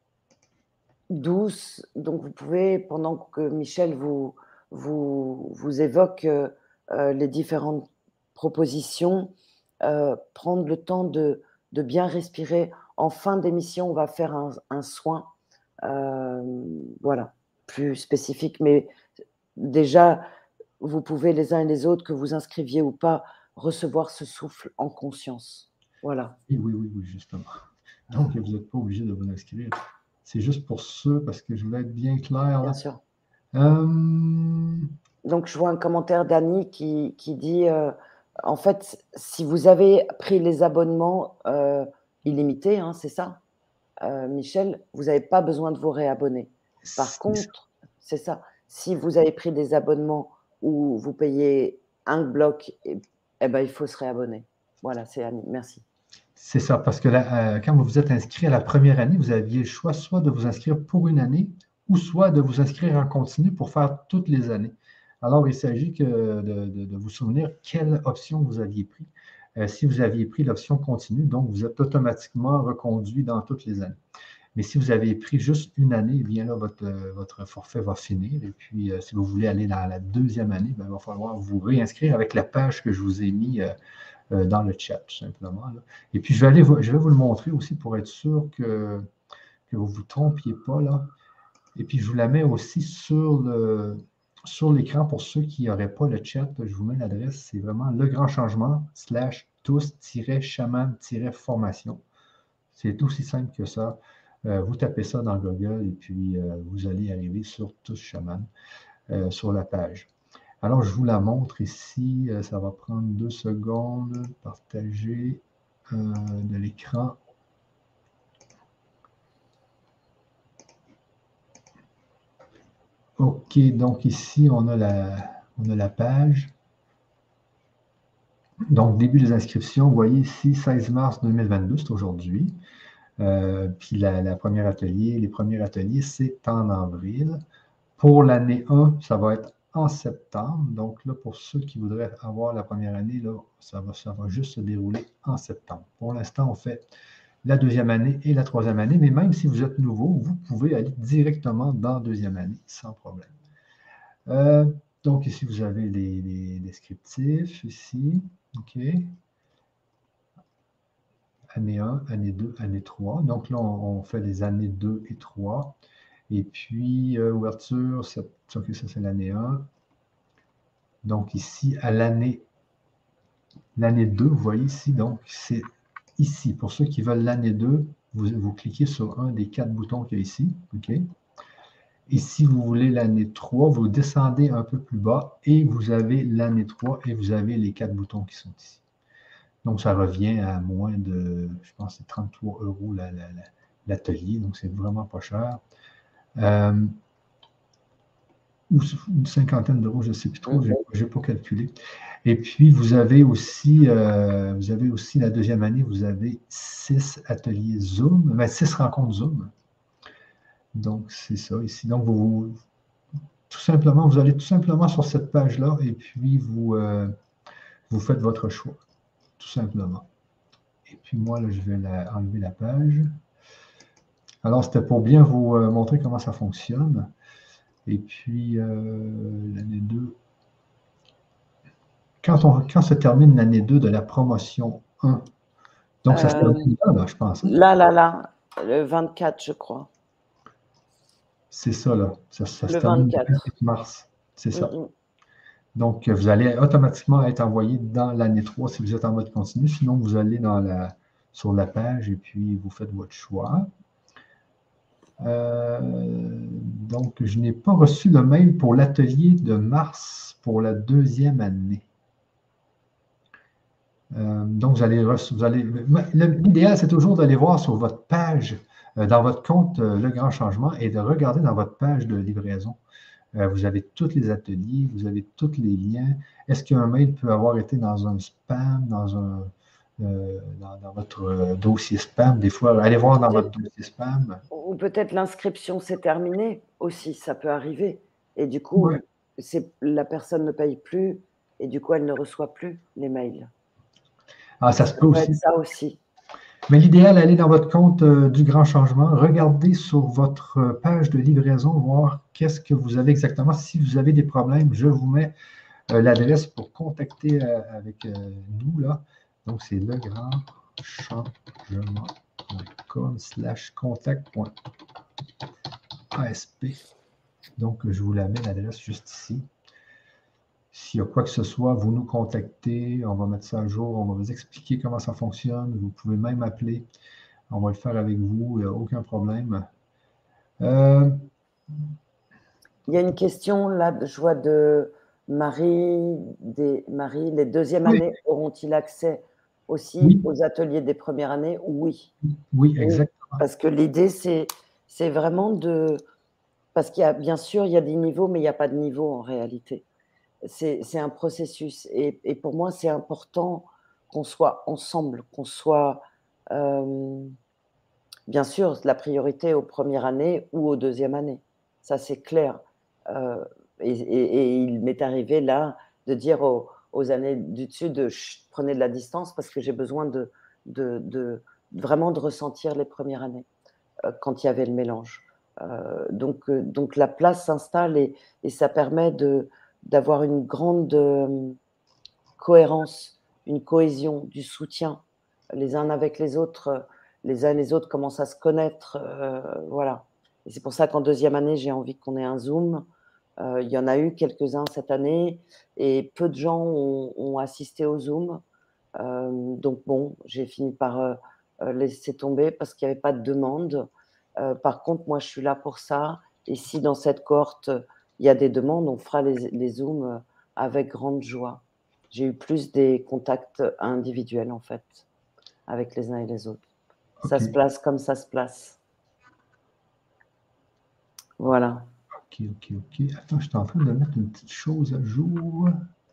douce. Donc, vous pouvez, pendant que Michel vous, vous, vous évoque euh, euh, les différentes propositions, euh, prendre le temps de, de bien respirer. En fin d'émission, on va faire un, un soin, euh, voilà, plus spécifique. Mais déjà, vous pouvez les uns et les autres, que vous inscriviez ou pas, recevoir ce souffle en conscience. Voilà. oui, oui, oui, oui, justement. Donc, vous n'êtes pas obligé de vous inscrire. C'est juste pour ça, parce que je voulais être bien clair. Bien Là. sûr. Euh, Donc, je vois un commentaire d'Annie qui, qui dit euh, en fait, si vous avez pris les abonnements euh, illimités, hein, c'est ça, euh, Michel, vous n'avez pas besoin de vous réabonner. Par contre, c'est ça, si vous avez pris des abonnements où vous payez un bloc, eh, eh ben, il faut se réabonner. Voilà, c'est Annie, merci. C'est ça, parce que là, euh, quand vous vous êtes inscrit à la première année, vous aviez le choix soit de vous inscrire pour une année ou soit de vous inscrire en continu pour faire toutes les années. Alors, il s'agit que de, de, de vous souvenir quelle option vous aviez pris. Euh, si vous aviez pris l'option continue, donc vous êtes automatiquement reconduit dans toutes les années. Mais si vous avez pris juste une année, eh bien là, votre, votre forfait va finir. Et puis, euh, si vous voulez aller dans la deuxième année, bien, il va falloir vous réinscrire avec la page que je vous ai mis euh, euh, dans le chat, tout simplement. Là. Et puis, je vais, aller, je vais vous le montrer aussi pour être sûr que, que vous ne vous trompiez pas. Là. Et puis, je vous la mets aussi sur le, sur l'écran pour ceux qui n'auraient pas le chat. Je vous mets l'adresse. C'est vraiment le grand changement slash tous-chaman-formation. C'est aussi simple que ça. Euh, vous tapez ça dans Google et puis euh, vous allez arriver sur Tous Chaman, euh, sur la page. Alors, je vous la montre ici. Euh, ça va prendre deux secondes. Partager euh, de l'écran. OK, donc ici, on a la, on a la page. Donc, début des inscriptions, vous voyez ici, seize mars deux mille vingt-deux, c'est aujourd'hui. Euh, puis la, la première atelier, les premiers ateliers, c'est en avril. Pour l'année un, ça va être en septembre. Donc là, pour ceux qui voudraient avoir la première année, là, ça va, ça va juste se dérouler en septembre. Pour l'instant, on fait la deuxième année et la troisième année, mais même si vous êtes nouveau, vous pouvez aller directement dans la deuxième année sans problème. Euh, donc ici, vous avez les, les descriptifs, ici, OK. Année un, année deux, année trois. Donc là, on, on fait les années deux et trois. Et puis, euh, ouverture, ça, ça c'est l'année un. Donc ici, à l'année l'année deux, vous voyez ici, donc c'est ici. Pour ceux qui veulent l'année deux, vous, vous cliquez sur un des quatre boutons qu'il y a ici. OK? Et si vous voulez l'année trois, vous descendez un peu plus bas et vous avez l'année trois et vous avez les quatre boutons qui sont ici. Donc, ça revient à moins de, je pense, c'est trente-trois euros l'atelier. Donc, c'est vraiment pas cher. Euh, ou une cinquantaine d'euros, je ne sais plus trop, je n'ai pas calculé. Et puis, vous avez aussi, euh, vous avez aussi la deuxième année, vous avez six ateliers Zoom, ben, six rencontres Zoom. Donc, c'est ça ici. Donc, vous, tout simplement, vous allez tout simplement sur cette page-là et puis vous, euh, vous faites votre choix, tout simplement. Et puis, moi, là, je vais la, enlever la page. Alors, c'était pour bien vous euh, montrer comment ça fonctionne. Et puis, euh, l'année deux. Quand, on, quand se termine l'année deux de la promotion un, donc ça se termine là, là, je pense. Hein? Là, là, là, le vingt-quatre, je crois. C'est ça, là. Ça, ça le se termine vingt-quatre. le vingt-quatre mars. C'est ça. Mm-mm. Donc, vous allez automatiquement être envoyé dans l'année trois si vous êtes en mode continu. Sinon, vous allez dans la, sur la page et puis vous faites votre choix. Euh, donc, je n'ai pas reçu le mail pour l'atelier de mars pour la deuxième année. Euh, donc, vous allez, vous allez l'idéal, c'est toujours d'aller voir sur votre page euh, dans votre compte euh, Le Grand Changement et de regarder dans votre page de livraison. Euh, vous avez tous les ateliers, vous avez tous les liens. Est-ce qu'un mail peut avoir été dans un spam, dans un euh, dans, dans votre euh, dossier spam? Des fois, allez voir dans votre dossier spam. Ou peut-être l'inscription s'est terminée aussi, ça peut arriver. Et du coup, Ouais. c'est, la personne ne paye plus et du coup, elle ne reçoit plus les mails. Ah, ça Ça se peut peut être aussi. ça aussi. Mais l'idéal, allez dans votre compte euh, du Grand Changement, regardez sur votre euh, page de livraison, voir qu'est-ce que vous avez exactement. Si vous avez des problèmes, je vous mets euh, l'adresse pour contacter euh, avec euh, nous, là. Donc, c'est legrandchangement.com slash contact.asp. Donc, je vous la mets, l'adresse juste ici. S'il y a quoi que ce soit, vous nous contactez, on va mettre ça à jour, on va vous expliquer comment ça fonctionne. Vous pouvez même appeler. On va le faire avec vous, il n'y a aucun problème. Euh, Il y a une question là, je vois de Marie, des, Marie, les deuxièmes oui, années auront-ils accès aussi oui, aux ateliers des premières années? Oui. oui, Oui, exactement. parce que l'idée, c'est, c'est vraiment de... Parce qu'il y a, bien sûr, il y a des niveaux, mais il n'y a pas de niveau en réalité. C'est, c'est un processus. Et, et pour moi, c'est important qu'on soit ensemble, qu'on soit... euh, bien sûr, la priorité aux premières années ou aux deuxièmes années. Ça, c'est clair. Euh, et, et- et il m'est arrivé là de dire aux, aux années du dessus de chut, prenez de la distance parce que j'ai besoin de, de, de- vraiment de ressentir les premières années euh, quand il y avait le mélange. Euh, donc, euh, donc la place s'installe et, et ça permet de, d'avoir une grande euh, cohérence, une cohésion, du soutien les uns avec les autres. Les uns et les autres commencent à se connaître. Euh, voilà. Et c'est pour ça qu'en deuxième année, j'ai envie qu'on ait un Zoom. Euh, il y en a eu quelques-uns cette année et peu de gens ont, ont assisté au Zoom. Euh, donc bon, j'ai fini par euh, euh, laisser tomber parce qu'il n'y avait pas de demande. Euh, par contre, moi, je suis là pour ça. Et si dans cette cohorte, il y a des demandes, on fera les, les Zooms avec grande joie. J'ai eu plus des contacts individuels, en fait, avec les uns et les autres. Ça OK. se place comme ça se place. Voilà. OK, OK, OK. Attends, je suis en train de mettre une petite chose à jour.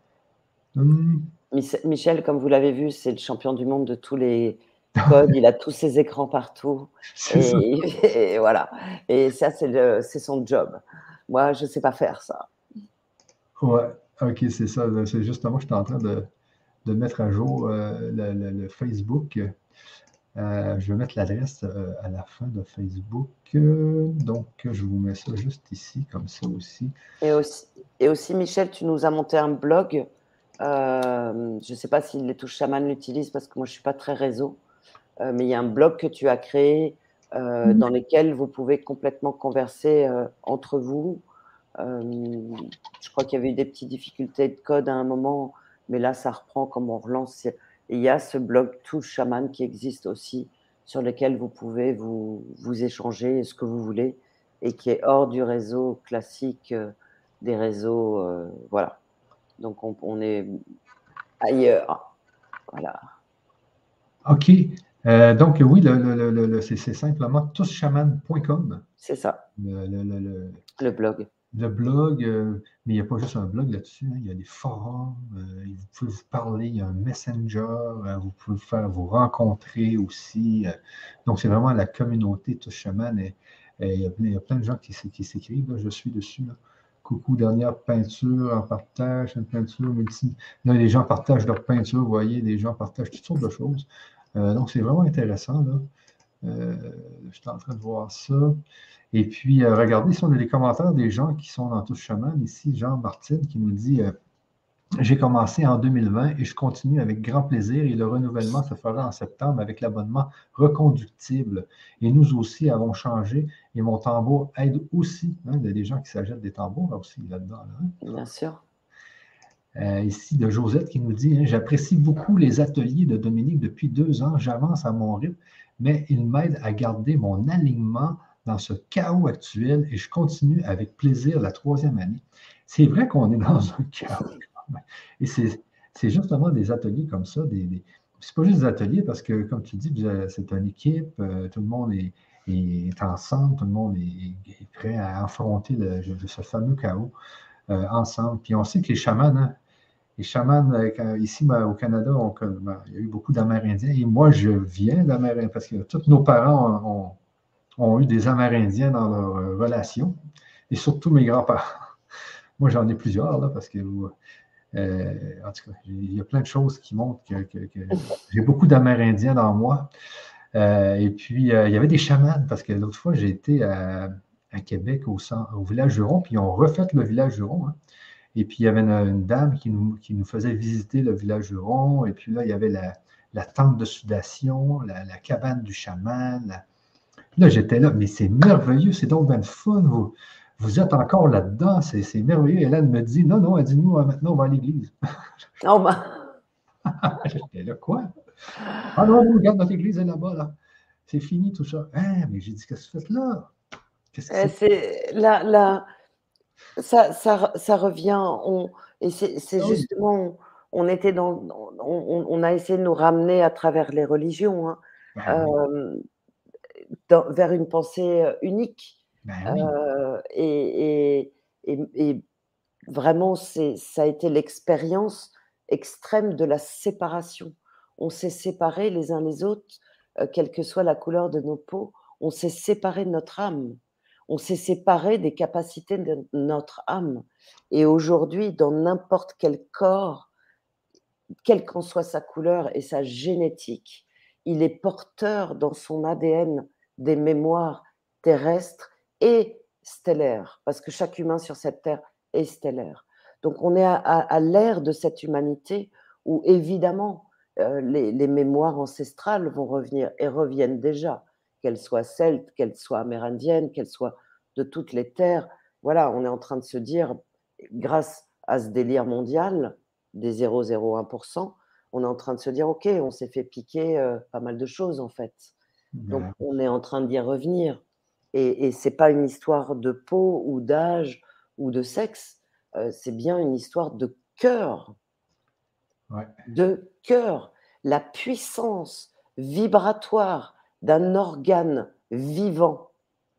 Hum. Michel, comme vous l'avez vu, c'est le champion du monde de tous les codes. Il a tous ses écrans partout. C'est ça. Et, et voilà. Et ça, c'est, le, c'est son job. Moi, je ne sais pas faire ça. Ouais, OK, c'est ça. C'est justement, je suis en train de, de mettre à jour euh, le, le- le Facebook. Euh, je vais mettre l'adresse euh, à la fin de Facebook. Euh, donc, je vous mets ça juste ici, comme ça aussi. Et aussi, et aussi Michel, tu nous as monté un blog. Euh, je ne sais pas si les touches chaman l'utilisent parce que moi, je ne suis pas très réseau. Euh, mais il y a un blog que tu as créé euh, dans lequel vous pouvez complètement converser euh, entre vous. Euh, je crois qu'il y avait eu des petites difficultés de code à un moment, mais là, ça reprend comme on relance. Et il y a ce blog Touche Chaman qui existe aussi, sur lequel vous pouvez vous, vous échanger ce que vous voulez et qui est hors du réseau classique euh, des réseaux. Euh, voilà. Donc, on, on est ailleurs. Voilà. OK. Euh, donc, oui, le, le- le- le- c'est c'est simplement tous chaman point com. C'est ça, Le, le- le- le- le blog. le blog, euh, mais il n'y a pas juste un blog là-dessus, hein, il y a des forums, euh, vous pouvez vous parler, il y a un messenger, euh, vous pouvez faire vous rencontrer aussi. Euh, donc, c'est vraiment la communauté tous chaman. Et, et il, y a, plein- il y a plein de gens qui, s- qui s'écrivent, là, je suis dessus. Là. Coucou, dernière peinture en partage, une peinture médecine. Là, les gens partagent leur peinture, vous voyez, les gens partagent toutes sortes de choses. Euh, donc, c'est vraiment intéressant. Là. Euh, je suis en train de voir ça. Et puis, euh, regardez si on a les commentaires des gens qui sont dans Touche Chaman. Ici, Jean Martine qui nous dit euh, j'ai commencé en deux mille vingt et je continue avec grand plaisir et le renouvellement se fera en septembre avec l'abonnement reconductible. Et nous aussi avons changé et mon tambour aide aussi. Hein, il y a des gens qui s'achètent des tambours là aussi là-dedans. Là, hein. Bien sûr. Euh, ici, de Josette qui nous dit hein, j'apprécie beaucoup les ateliers de Dominique depuis deux ans. J'avance à mon rythme, mais il m'aide à garder mon alignement dans ce chaos actuel et je continue avec plaisir la troisième année. C'est vrai qu'on est dans un chaos. Et c'est, c'est justement des ateliers comme ça. Des, des... C'est pas juste des ateliers parce que, comme tu dis, c'est une équipe, euh, tout le monde est, est ensemble, tout le monde est, est prêt à affronter le, ce fameux chaos euh, ensemble. Puis on sait que les chamans, hein, les chamans, euh, ici au Canada, on, ben, il y a eu beaucoup d'Amérindiens. Et moi, je viens d'Amérique parce que tous nos parents ont, ont, ont eu des Amérindiens dans leur euh, relation, et surtout mes grands-parents. Moi, j'en ai plusieurs, là, parce que euh, en tout cas, il y a plein de choses qui montrent que, que, que j'ai beaucoup d'Amérindiens dans moi. Euh, et puis, euh, il y avait des chamans, parce que l'autre fois, j'ai été à, à Québec, au, au village Juron, puis ils ont refait le village Juron. Hein. Et puis, il y avait une, une dame qui nous, qui nous faisait visiter le village Juron. Et puis là, il y avait la, la tente de sudation, la, la cabane du chaman. La... Là, j'étais là, mais c'est merveilleux, c'est donc bien fun. Vous, vous êtes encore là-dedans, c'est, c'est merveilleux. Et là, elle me dit, non, non, elle dit, nous, maintenant, on va à l'église. Oh ben. J'étais là, quoi? Ah non, non, regarde, notre église est là-bas, là. C'est fini tout ça. Hein, mais j'ai dit, qu'est-ce que vous faites là? Qu'est-ce que c'est? c'est là, là, ça, ça, ça revient, on, et c'est, c'est Ah oui. justement, on, on était dans, on, on, a essayé de nous ramener à travers les religions, hein, Ben oui. euh, dans, vers une pensée unique. Ben oui. Euh, et, et, et, et vraiment, c'est, ça a été l'expérience extrême de la séparation. On s'est séparés les uns les autres, euh, quelle que soit la couleur de nos peaux, on s'est séparés de notre âme. On s'est séparés des capacités de notre âme. Et aujourd'hui, dans n'importe quel corps, quelle qu'en soit sa couleur et sa génétique, il est porteur dans son A D N des mémoires terrestres et stellaires, parce que chaque humain sur cette terre est stellaire. Donc on est à, à, à l'ère de cette humanité où évidemment euh, les, les mémoires ancestrales vont revenir et reviennent déjà, qu'elles soient celtes, qu'elles soient amérindiennes, qu'elles soient de toutes les terres. Voilà, on est en train de se dire, grâce à ce délire mondial des zéro virgule zéro un pour cent, on est en train de se dire, OK, on s'est fait piquer euh, pas mal de choses en fait. Donc Ben, on est en train d'y revenir. Et, et ce n'est pas une histoire de peau ou d'âge ou de sexe, euh, c'est bien une histoire de cœur. ouais. De cœur. La puissance vibratoire d'un organe vivant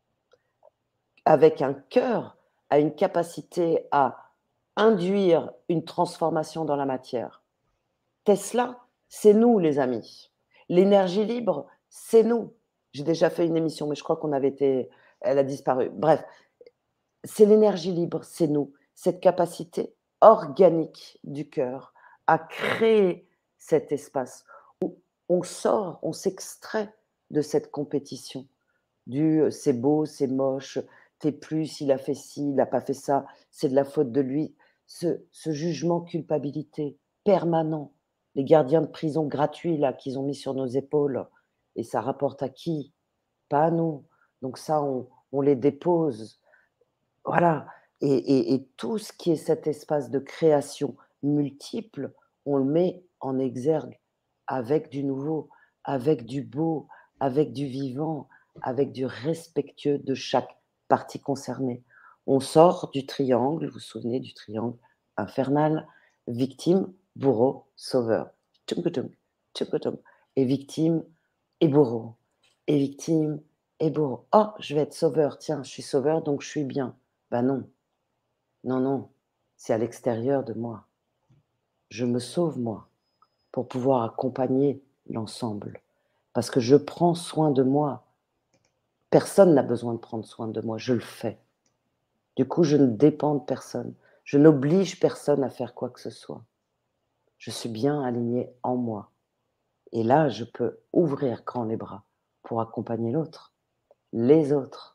avec un cœur a une capacité à induire une transformation dans la matière. Tesla, c'est nous, les amis. L'énergie libre, c'est nous. J'ai déjà fait une émission, mais je crois qu'on avait été, elle a disparu. Bref, c'est l'énergie libre, c'est nous. Cette capacité organique du cœur à créer cet espace où on sort, on s'extrait de cette compétition, du euh, c'est beau, c'est moche, t'es plus, il a fait ci, il n'a pas fait ça, c'est de la faute de lui. Ce, ce jugement culpabilité permanent, les gardiens de prison gratuits là qu'ils ont mis sur nos épaules, et ça rapporte à qui? Pas à nous. Donc ça, on, on les dépose. Voilà. Et, et, et tout ce qui est cet espace de création multiple, on le met en exergue avec du nouveau, avec du beau, avec du vivant, avec du respectueux de chaque partie concernée. On sort du triangle, vous vous souvenez du triangle infernal, victime, bourreau, sauveur. Tchunkutum, tchunkutum. Et victime et bourreau. Et victime et bourreau. Oh, je vais être sauveur, tiens, je suis sauveur, donc je suis bien. Ben non, non, non, c'est à l'extérieur de moi. Je me sauve, moi, pour pouvoir accompagner l'ensemble. Parce que je prends soin de moi. Personne n'a besoin de prendre soin de moi, je le fais. Du coup, je ne dépends de personne. Je n'oblige personne à faire quoi que ce soit. Je suis bien alignée en moi. Et là, je peux ouvrir grand les bras pour accompagner l'autre, les autres.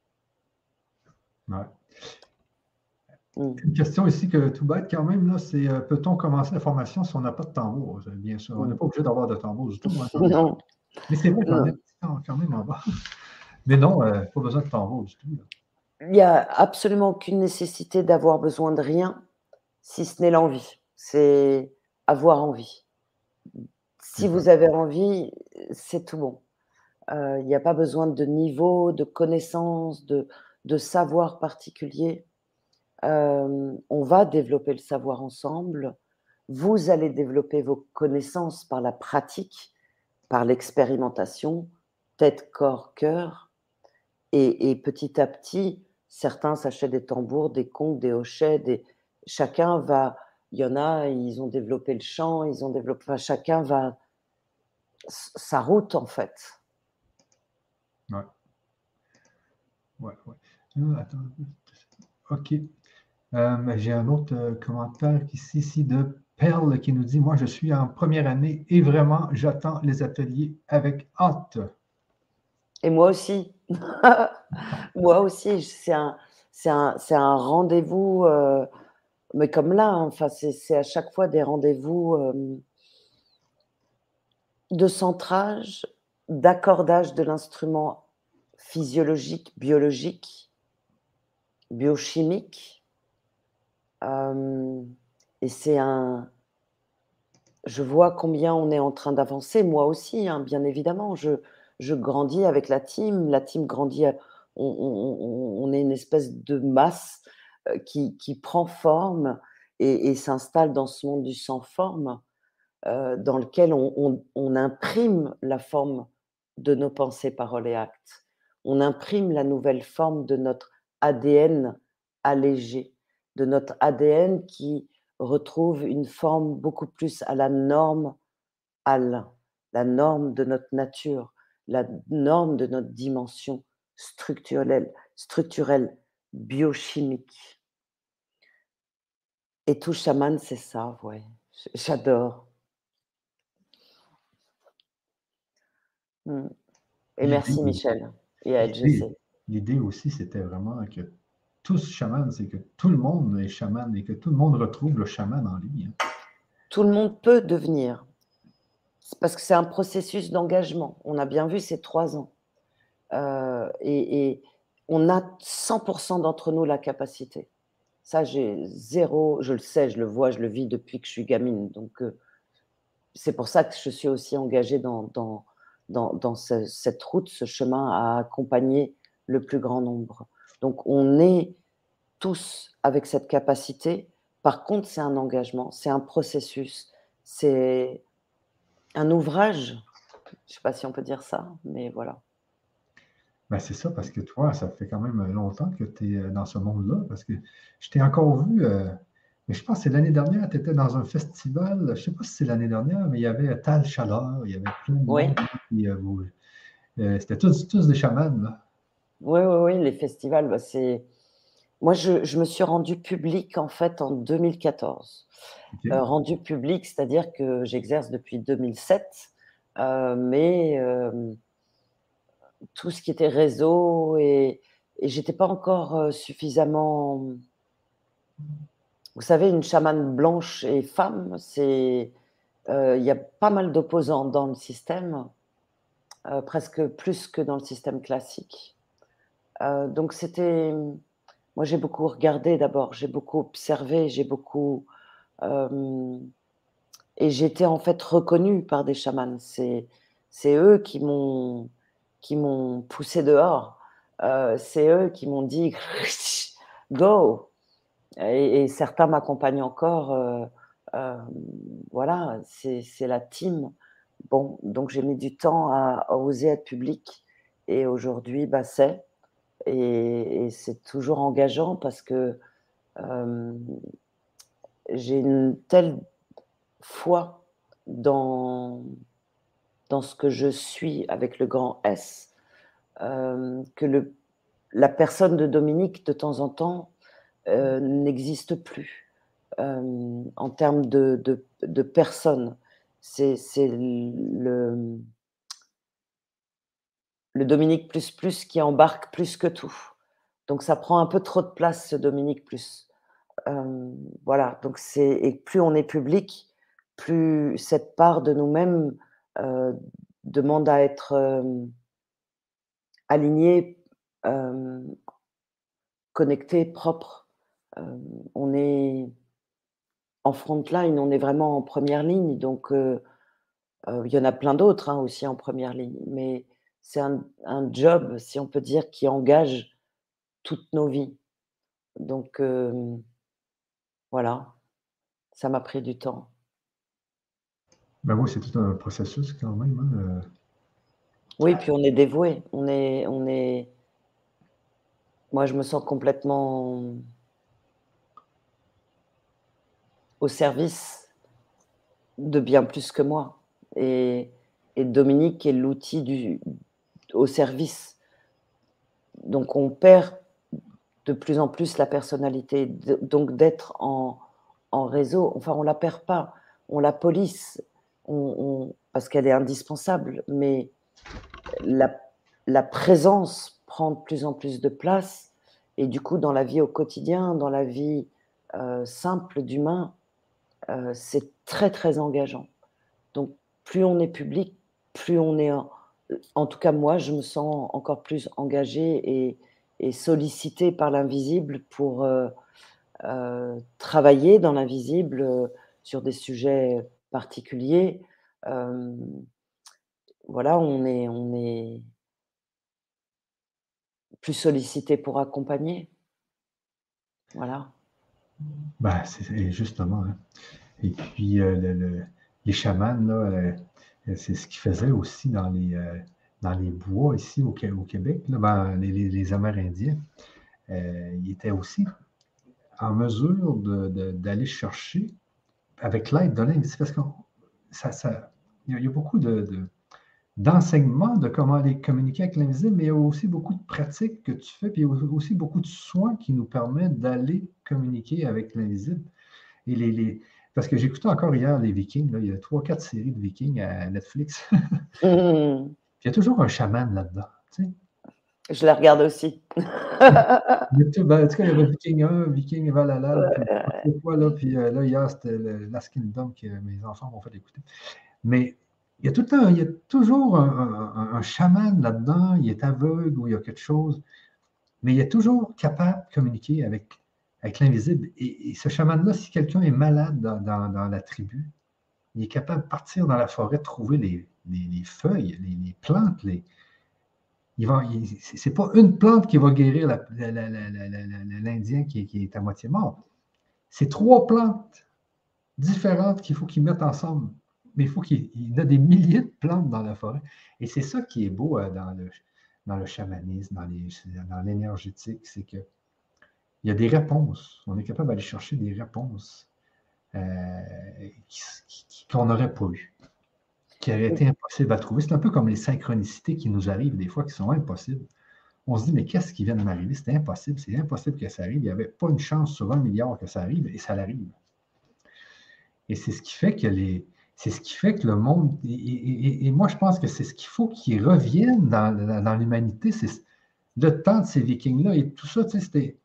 Ouais. Mm. Une question ici que tout bête quand même, là, c'est euh, peut-on commencer la formation si on n'a pas de tambour? Bien sûr, on n'est Mm. pas obligé d'avoir de tambour du tout. Hein, Non, mais c'est vrai qu'on non. est quand même en bas. Mais non, euh, pas besoin de tambour du tout. Là. Il n'y a absolument aucune nécessité d'avoir besoin de rien, si ce n'est l'envie. C'est avoir envie. Si vous avez envie, c'est tout bon. Euh, Il n'y a pas besoin de niveau, de connaissance, de, de savoir particulier. Euh, on va développer le savoir ensemble. Vous allez développer vos connaissances par la pratique, par l'expérimentation, tête, corps, cœur. et et petit à petit, certains s'achètent des tambours, des congas, des hochets, des chacun va il y en a, ils ont développé le chant, ils ont développé enfin, chacun va s sa route, en fait. Ouais. Ouais, ouais. Heu, attends, OK. Hem, j'ai un autre, heu, commentaire ici ici de Perle qui nous dit: «Moi, je suis en première année et vraiment, j'attends les ateliers avec hâte». Et moi aussi. Moi aussi, c'est un c'est un c'est un rendez-vous, heu, mais comme là, hein, enfin, c'est c'est à chaque fois des rendez-vous, hem de centrage, d'accordage de l'instrument physiologique, biologique, biochimique. Hem et c'est un je vois combien on est en train d'avancer, moi aussi, hein, bien évidemment. Je je grandis avec la team, la team grandit, a on on on on est une espèce de masse, heu, qui qui prend forme et et s'installe dans ce monde du sans forme, heu, dans lequel on on on imprime la forme de nos pensées, paroles et actes. On imprime la nouvelle forme de notre A D N allégé, de notre A D N qui retrouve une forme beaucoup plus à la norme al la norme de notre nature, la norme de notre dimension structurelle structurelle, biochimique. Et tout chaman, c'est ça, ouais, j j'adore. Mmh et L'idée merci Michel et à l'idée Jessé. l'idée aussi, c'était vraiment que tous chamans, c'est que tout le monde est chaman et que tout le monde retrouve le chaman en lui, hein. Tout le monde peut devenir. C'est parce que c'est un processus d'engagement. On a bien vu ces trois ans, heu et et on a cent pour cent d'entre nous la capacité. Ça, j'ai zéro je le sais, je le vois, je le vis depuis que je suis gamine, donc heu, c'est pour ça que je suis aussi engagée dans dans dans dans ce cette route, ce chemin à accompagner le plus grand nombre. Donc on est tous avec cette capacité. Par contre, c'est un engagement, c'est un processus, c'est un ouvrage. Je sais pas si on peut dire ça, mais voilà. Ben, c'est ça, parce que toi, ça fait quand même longtemps que tu es, heu, dans ce monde-là, parce que je t'ai encore vu, heu, mais je pense que c'est l'année dernière, tu étais dans un festival, je sais pas si c'est l'année dernière, mais il y avait Tal Chaleur, il y avait plein de Oui, monde, puis, heu, vous heu, c'était tous tous des chamans, là. oui, oui, oui, les festivals, bah, c'est moi, je je me suis rendue publique, en fait, en deux mille quatorze. Heu, OK. rendue publique, c'est-à-dire que j'exerce depuis deux mille sept, heu, mais hem, tout ce qui était réseau et et j'étais pas encore, heu, suffisamment vous savez, une chamane blanche et femme, c'est, heu, il y a pas mal d'opposants dans le système, heu, presque plus que dans le système classique. Heu, donc c'était moi, j'ai beaucoup regardé d'abord, j'ai beaucoup observé, j'ai beaucoup, hem et j'ai été en fait reconnue par des chamans. C'est c'est eux qui m'ont qui m'ont poussée dehors. Heu, c'est eux qui m'ont dit: «Go!» et et certains m'accompagnent encore, heu, hem, voilà, c'est c'est la team. Bon, donc j'ai mis du temps à à oser être publique et aujourd'hui, bah, c'est et et c'est toujours engageant parce que, hem, j'ai une telle foi dans dans ce que je suis avec le grand S, hem, que le la personne de Dominique, de temps en temps, heu, n'existe plus, hem, en termes de de de personne. C'est c'est le le Dominique plus plus qui embarque plus que tout. Donc ça prend un peu trop de place ce Dominique plus. Hem, voilà, donc c'est et plus on est public, plus cette part de nous-mêmes, heu, demande à être, hem, alignée, hem, connectée, propre. Hem, on est en front line, on est vraiment en première ligne, donc heu heu, il y en a plein d'autres, hein, aussi en première ligne, mais c'est un un job, si on peut dire, qui engage toutes nos vies. Donc hem, voilà, ça m'a pris du temps. Ben oui, c'est tout un processus quand même, hein, heu, Oui, puis on est dévoué, on est on est Moi, je me sens complètement au service de bien plus que moi et et Dominique est l'outil du au service. Donc on perd de plus en plus la personnalité, de donc d'être en en réseau, enfin on la perd pas, on la police, on on parce qu'elle est indispensable, mais la la présence prend de plus en plus de place et du coup dans la vie au quotidien, dans la vie, heu, simple d'humain, heu, c'est très, très engageant. Donc plus on est public, plus on est en en tout cas moi je me sens encore plus engagée et et sollicitée par l'invisible pour, heu heu, travailler dans l'invisible, heu, sur des sujets particuliers. Hem, voilà, on est on est plus sollicité pour accompagner. Voilà. Ben, c'est c'est justement, hein. Et puis, euh, le, le- les chamans, là, euh, c'est ce qu'ils faisaient aussi dans les, euh, dans les bois ici au, Qué- au Québec, là, ben, les, les- les Amérindiens. Euh, ils étaient aussi en mesure de- de- d'aller chercher, avec l'aide de l'invisible, parce que ça, ça, il y a, il y a beaucoup de, de- d'enseignements de comment aller communiquer avec l'invisible, mais il y a aussi beaucoup de pratiques que tu fais, puis il y a aussi beaucoup de soins qui nous permettent d'aller communiquer avec l'invisible. Et les, les- Parce que j'écoutais encore hier les Vikings, là, il y a trois, quatre séries de Vikings à Netflix. Mmh. Puis il y a toujours un chaman là-dedans. Tu sais. Je la regarde aussi. Il y a tout- ben, en tout cas, il y avait Viking un, Viking Valhalla, puis Ouais, je sais pas quoi, là, puis euh, là, hier, c'était le Last Kingdom que mes enfants m'ont fait écouter. Mais il y a tout le temps, il y a toujours un, un- un- un chaman là-dedans, il est aveugle ou il y a quelque chose, mais il est toujours capable de communiquer avec, avec l'invisible. Et, et ce chaman-là, si quelqu'un est malade dans, dans- dans la tribu, il est capable de partir dans la forêt, trouver les, les- les feuilles, les, les plantes. Les, il va, il- c'est pas une plante qui va guérir la- la- la- la- la- la- la- l'Indien qui, est- qui est à moitié mort. C'est trois plantes différentes qu'il faut qu'ils mettent ensemble. Mais il faut qu'il il y a des milliers de plantes dans la forêt. Et c'est ça qui est beau euh, dans le, dans le chamanisme, dans les- dans l'énergétique, c'est qu'il y a des réponses. On est capable d'aller chercher des réponses euh, qui- qui- qu'on n'aurait pas eues, qui aurait été impossible à trouver. C'est un peu comme les synchronicités qui nous arrivent des fois, qui sont impossibles. On se dit, mais qu'est-ce qui vient de m'arriver? C'est impossible, c'est impossible que ça arrive. Il n'y avait pas une chance sur un milliard que ça arrive, et ça arrive. Et c'est ce qui fait que les. C'est ce qui fait que le monde. Et, et- et moi, je pense que c'est ce qu'il faut qu'ils reviennent dans, dans- dans l'humanité. C'est le temps de ces Vikings-là et tout ça, tu sais, c'était.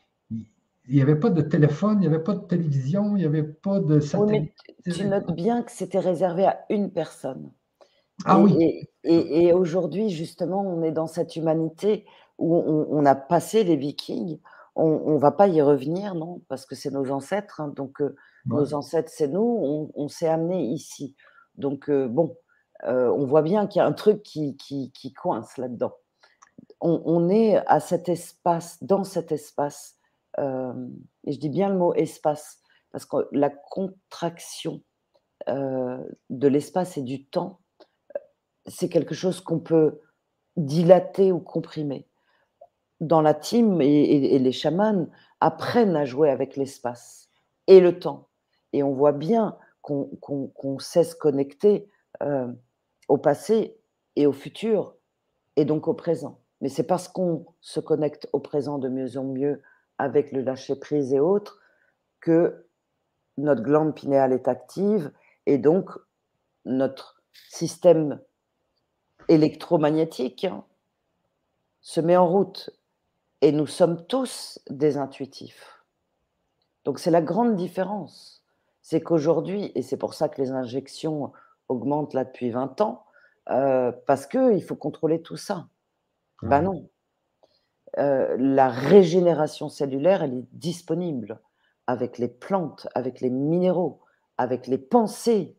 Il n'y avait pas de téléphone, il n'y avait pas de télévision, il n'y avait pas de oui, satellite. mais t tu notes bien que c'était réservé à une personne Ah et oui, et et et aujourd'hui, justement, on est dans cette humanité où on on a passé les Vikings, on on va pas y revenir, non, parce que c'est nos ancêtres, hein, donc heu, ouais. nos ancêtres, c'est nous, on on s'est amenés ici, donc heu, bon, heu, on voit bien qu'il y a un truc qui qui qui coince là-dedans. On on est à cet espace dans cet espace, hem et je dis bien le mot espace, parce que la contraction, heu, de l'espace et du temps, c'est quelque chose qu'on peut dilater ou comprimer. Dans la team et et et les chamans apprennent à jouer avec l'espace et le temps et on voit bien qu'on qu'on qu'on sait se connecter, heu, au passé et au futur et donc au présent. Mais c'est parce qu'on se connecte au présent de mieux en mieux avec le lâcher prise et autres, que notre glande pinéale est active et donc notre système électromagnétique, hein, se met en route et nous sommes tous des intuitifs. Donc c'est la grande différence. C'est qu'aujourd'hui et c'est pour ça que les injections augmentent là depuis vingt ans, heu, parce qu'il faut contrôler tout ça. Ben Ouais. non, heu, la régénération cellulaire, elle est disponible avec les plantes, avec les minéraux, avec les pensées.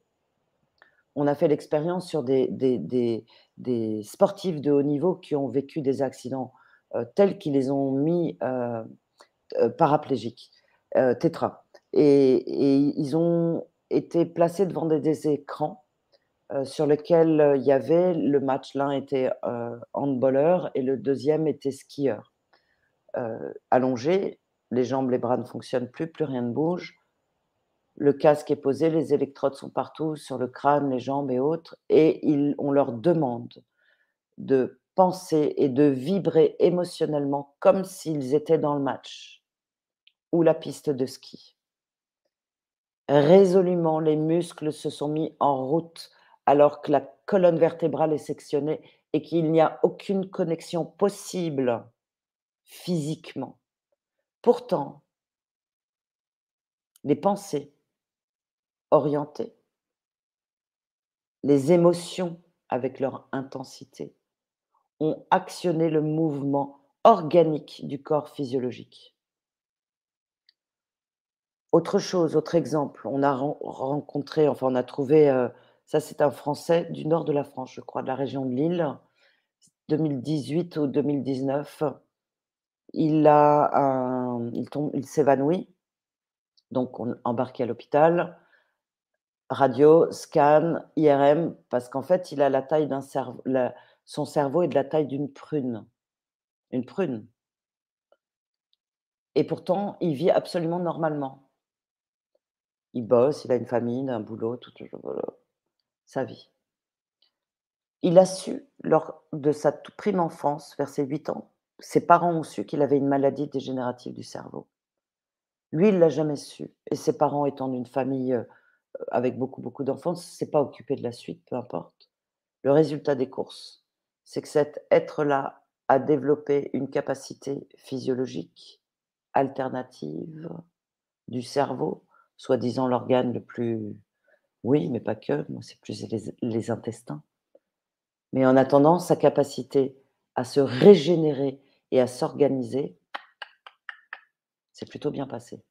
On a fait l'expérience sur des des des des sportifs de haut niveau qui ont vécu des accidents, heu, tels qu'ils les ont mis, heu heu, paraplégiques, heu, tétra et et ils ont été placés devant des des écrans, heu, sur lesquels, heu, il y avait le match. L'un était, heu, handballeur et le deuxième était skieur. heu, allongé, les jambes, les bras ne fonctionnent plus, plus rien ne bouge. Le casque est posé, les électrodes sont partout, sur le crâne, les jambes et autres, et ils on leur demande de penser et de vibrer émotionnellement comme s'ils étaient dans le match ou la piste de ski. Résolument, les muscles se sont mis en route alors que la colonne vertébrale est sectionnée et qu'il n'y a aucune connexion possible physiquement. Pourtant, les pensées orientées, les émotions avec leur intensité ont actionné le mouvement organique du corps physiologique. Autre chose, autre exemple, on a ren rencontré, enfin on a trouvé, heu, ça c'est un Français du nord de la France, je crois, de la région de Lille, deux mille dix-huit ou deux mille dix-neuf. Il a un il tombe il s'évanouit, donc on embarqué à l'hôpital, radio, scan, I R M, parce qu'en fait, il a la taille d'un cerv la son cerveau est de la taille d'une prune, une prune, et pourtant il vit absolument normalement. Il bosse, il a une famille, un boulot, tout voilà, sa vie. Il a su lors de sa toute prime enfance, vers ses huit ans, ses parents ont su qu'il avait une maladie dégénérative du cerveau. Lui, il l'a jamais su, et ses parents étant d'une famille, heu, avec beaucoup, beaucoup d'enfants, ne s'est pas occupé de la suite, peu importe. Le résultat des courses, c'est que cet être-là a développé une capacité physiologique alternative du cerveau, soi-disant l'organe le plus, oui, mais pas que, moi c'est plus les les intestins. Mais en attendant, sa capacité à se régénérer et à s'organiser, c'est plutôt bien passé.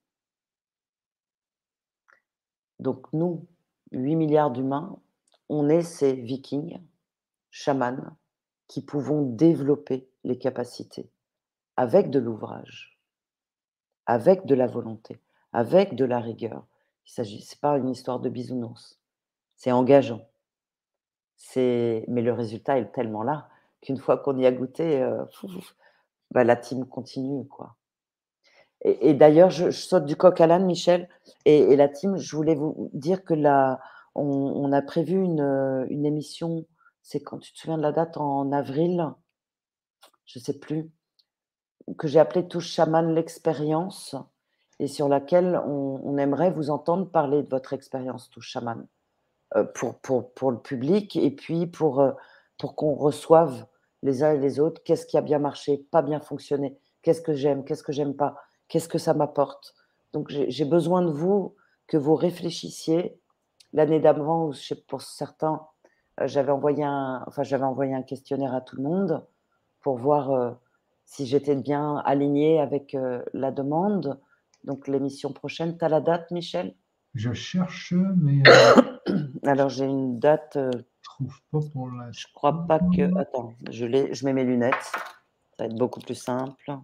Donc nous, huit milliards d'humains, on est ces vikings, chamans, qui pouvons développer les capacités avec de l'ouvrage, avec de la volonté, avec de la rigueur. Il s'agit c'est pas une histoire de bisounours, c'est engageant. C'est mais le résultat est tellement là qu'une fois qu'on y a goûté, heu, bah, la team continue, quoi. Et et d'ailleurs, je je saute du coq à l'âne, Michel, et et la team, je voulais vous dire que là, on on a prévu une, heu, une émission, c'est quand, tu te souviens de la date? En avril? Je sais plus, que j'ai appelée «Touche Chaman l'expérience», et sur laquelle on on aimerait vous entendre parler de votre expérience Touche Chaman, heu, pour pour pour le public, et puis pour, heu, pour qu'on reçoive les uns et les autres, qu'est-ce qui a bien marché, pas bien fonctionné? Qu'est-ce que j'aime? Qu'est-ce que j'aime pas? Qu'est-ce que ça m'apporte? Donc j'ai j'ai besoin de vous, que vous réfléchissiez. L'année d'avant, je sais pour certains, heu, j'avais envoyé un enfin j'avais envoyé un questionnaire à tout le monde pour voir, heu, si j'étais bien alignée avec, heu, la demande. Donc l'émission prochaine, tu as la date, Michel? Je cherche, mais euh, je Alors j'ai une date, heu, trouve pas pour je l'instant. crois pas que, attends, je l'ai, je mets mes lunettes, ça va être beaucoup plus simple.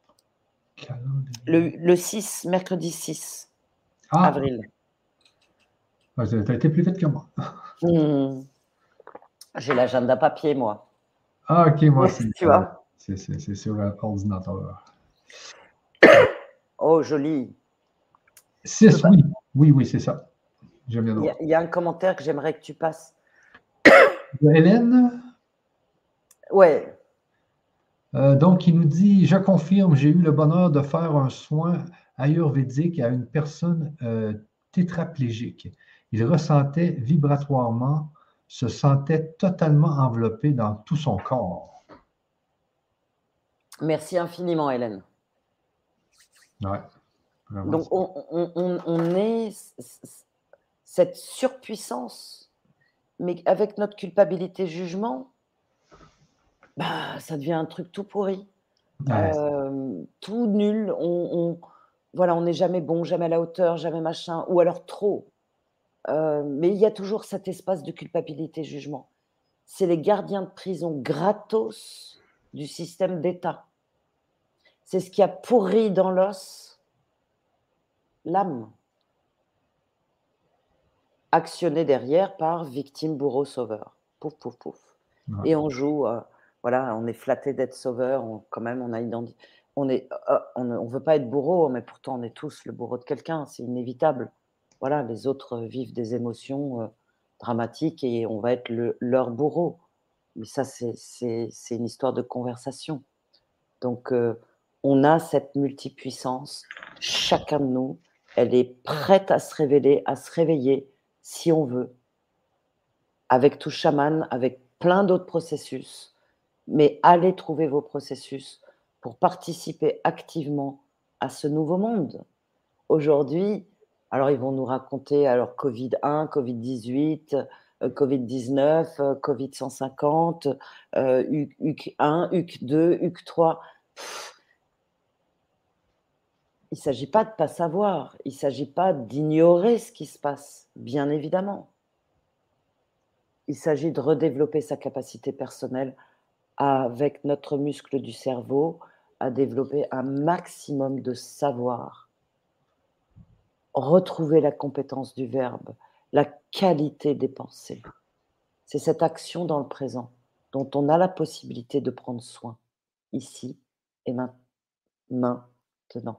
Le Calendrier. le six, mercredi six Ah, avril. bah, tu as été plus vite que moi. Mmh. J'ai l'agenda papier, moi. Ah, ok, moi, c'est Tu euh, vois? c'est- c'est- c'est sur euh, ordinateur. Oh joli. Je peux Six, pas, oui. Oui, oui, c'est ça. Je viens de il y a voir. il y a un commentaire que j'aimerais que tu passes. De Hélène, Ouais, euh, donc, il nous dit, je confirme, j'ai eu le bonheur de faire un soin ayurvédique à une personne euh, tétraplégique. Il ressentait vibratoirement, se sentait totalement enveloppé dans tout son corps. merci infiniment, Hélène. Ouais, vraiment. Donc on on on on est c c cette surpuissance, mais avec notre culpabilité, jugement, bah, ça devient un truc tout pourri, Ouais, hem, tout nul. On on voilà, on n'est jamais bon, jamais à la hauteur, jamais machin, ou alors trop, heu, mais il y a toujours cet espace de culpabilité, jugement. C'est les gardiens de prison gratos du système d'État. C'est ce qui a pourri dans l'os l'âme, actionné derrière par victime, bourreau, sauveur. Pouf, pouf, pouf. ouais. Et on joue, heu, voilà, on est flatté d'être sauveur, on quand même, on a identi on est, heu, on ne on veut pas être bourreau, mais pourtant on est tous le bourreau de quelqu'un, c'est inévitable. Voilà, les autres, heu, vivent des émotions, heu, dramatiques et on va être le leur bourreau. Mais ça, c'est c'est c'est une histoire de conversation. Donc, heu, on a cette multipuissance, chacun de nous, elle est prête à se révéler, à se réveiller si on veut, avec Touch Chaman, avec plein d'autres processus. Mais allez trouver vos processus pour participer activement à ce nouveau monde. Aujourd'hui, alors ils vont nous raconter alors covid un, covid dix-huit, heu, covid dix-neuf, heu, covid cent cinquante, heu, U HUC un, HUC deux, HUC trois. Il ne s'agit pas de ne pas savoir, il ne s'agit pas d'ignorer ce qui se passe, bien évidemment. Il s'agit de redévelopper sa capacité personnelle avec notre muscle du cerveau, à développer un maximum de savoir. Retrouver la compétence du verbe, la qualité des pensées. C'est cette action dans le présent dont on a la possibilité de prendre soin, ici et main maintenant.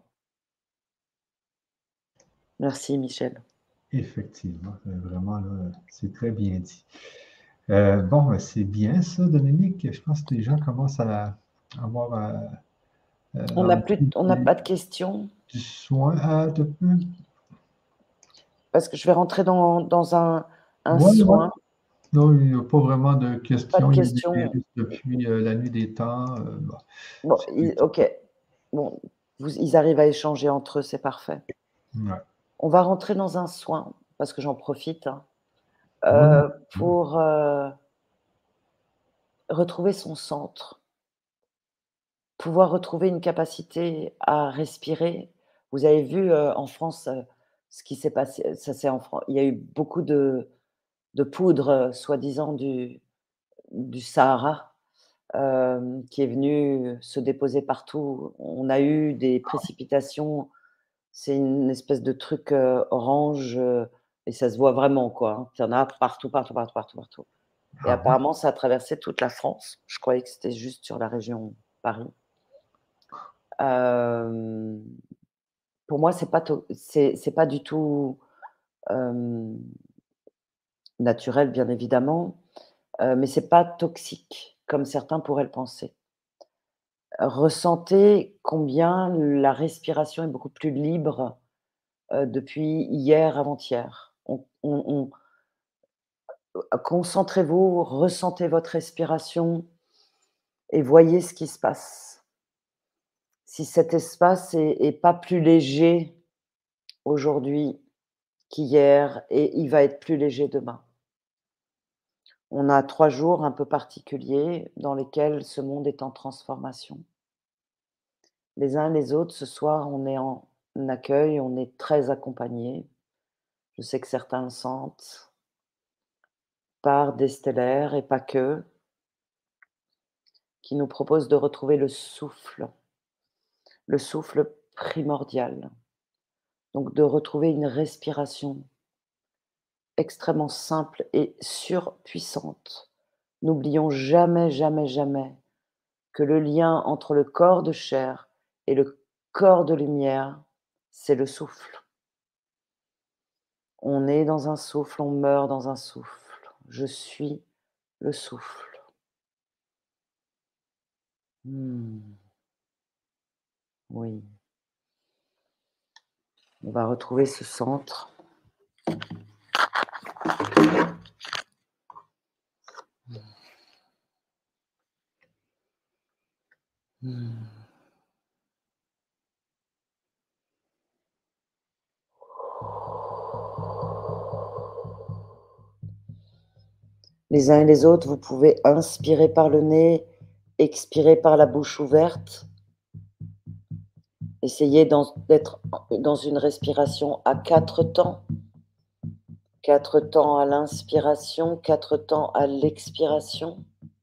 Merci Michel. Effectivement, euh, vraiment, là, c'est très bien dit. Euh, bon, ben, c'est bien ça, Dominique. Je pense que les gens commencent à avoir euh, euh, On n'a envie plus, on n'a de- pas de questions du soin. Ah, de peu. parce que je vais rentrer dans, dans un, un Ouais, ouais. soin. Non, il n'y a pas vraiment de Pas de questions. Il y a des questions. virus depuis euh, la nuit des temps. Euh, bon, Bon, c'est- ils- ok. Bon, vous, ils arrivent à échanger entre eux, c'est parfait. ouais. On va rentrer dans un soin, parce que j'en profite, hein, Ouais, euh, pour euh, retrouver son centre, pouvoir retrouver une capacité à respirer. Vous avez vu euh, en France euh, ce qui s'est passé, ça c'est en France. Il y a eu beaucoup de, de poudre, euh, soi-disant, du, du Sahara, euh, qui est venue se déposer partout. On a eu des précipitations. C'est une espèce de truc, heu, orange, heu et ça se voit vraiment, quoi, hein. Il y en a partout, partout, partout, partout, partout et ah bon? apparemment ça a traversé toute la France. Je croyais que c'était juste sur la région Paris. Hem, pour moi, c'est pas to c'est c'est pas du tout, hem, naturel, bien évidemment, heu, mais c'est pas toxique comme certains pourraient le penser. Ressentez combien la respiration est beaucoup plus libre, heu, depuis hier, avant-hier. On on on Concentrez-vous, ressentez votre respiration et voyez ce qui se passe. Si cet espace est est pas plus léger aujourd'hui qu'hier et il va être plus léger demain. On a trois jours un peu particuliers dans lesquels ce monde est en transformation. Les uns les autres, ce soir, on est en accueil, on est très accompagnés. Je sais que certains le sentent, par des stellaires et pas que, qui nous proposent de retrouver le souffle, le souffle primordial. Donc de retrouver une respiration extrêmement simple et surpuissante. N'oublions jamais, jamais, jamais que le lien entre le corps de chair et le corps de lumière, c'est le souffle. On est dans un souffle, on meurt dans un souffle. Je suis le souffle. Hmm, oui. On va retrouver ce centre. Hmm. Les uns et les autres, vous pouvez inspirer par le nez, expirer par la bouche ouverte. Essayez d'être dans une respiration à quatre temps. Quatre temps à l'inspiration, quatre temps à l'expiration.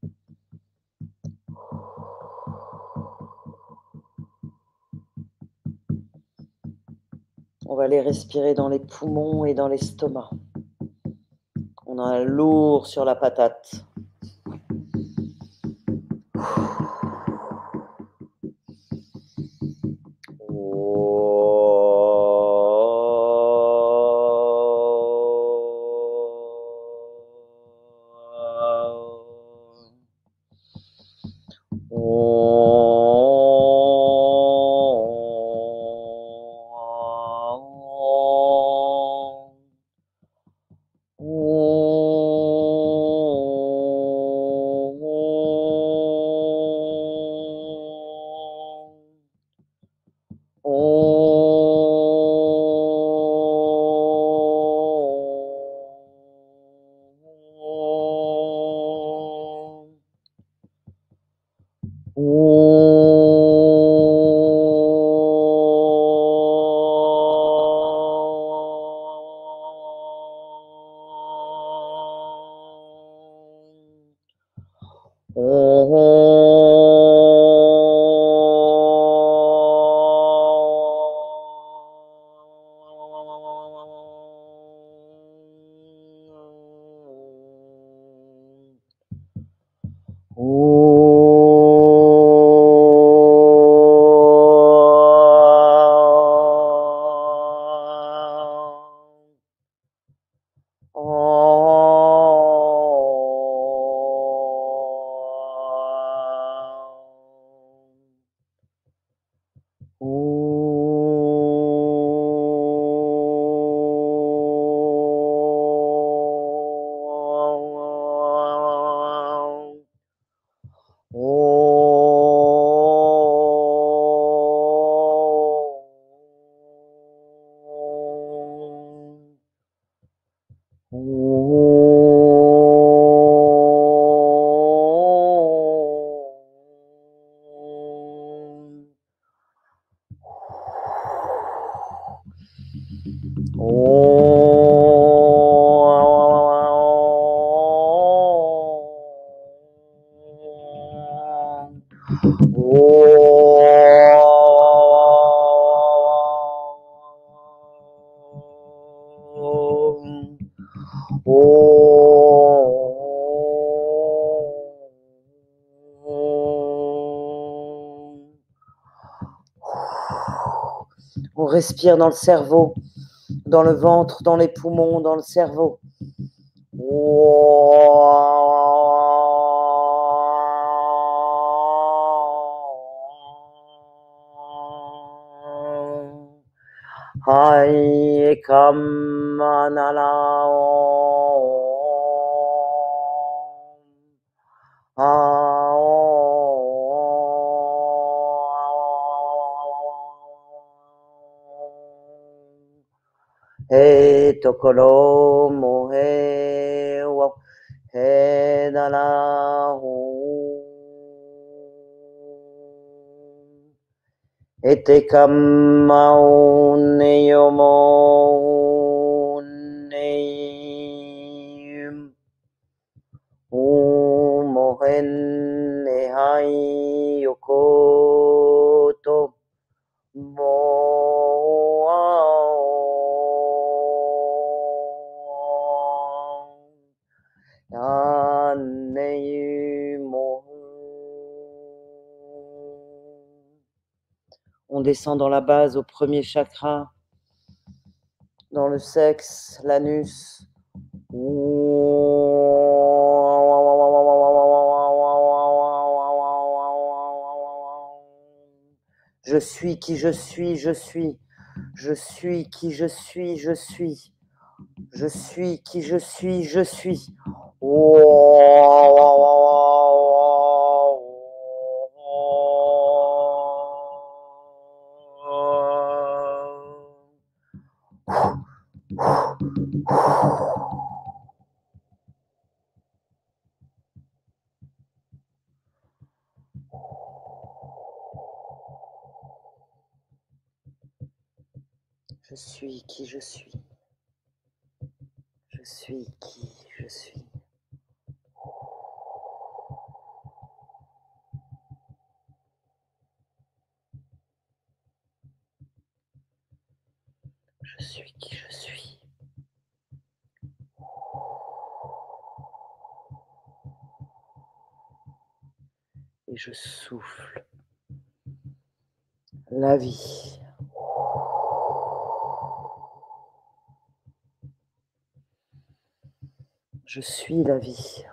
On va les respirer dans les poumons et dans l'estomac. On a un lourd sur la patate. On respire dans le cerveau, dans le ventre, dans les poumons, dans le cerveau. Hai He tokoro mohe wa he dana ho ete kamau ne yomo ne u mohen ne hai yokoto mo On descend dans la base au premier chakra, dans le sexe, l'anus. Je suis qui je suis, je suis. Je suis qui je suis, je suis. Je suis qui je suis, je suis. Je suis qui je suis. Je suis qui je suis. Je suis qui je suis. Et je souffle la vie. Je suis la vie.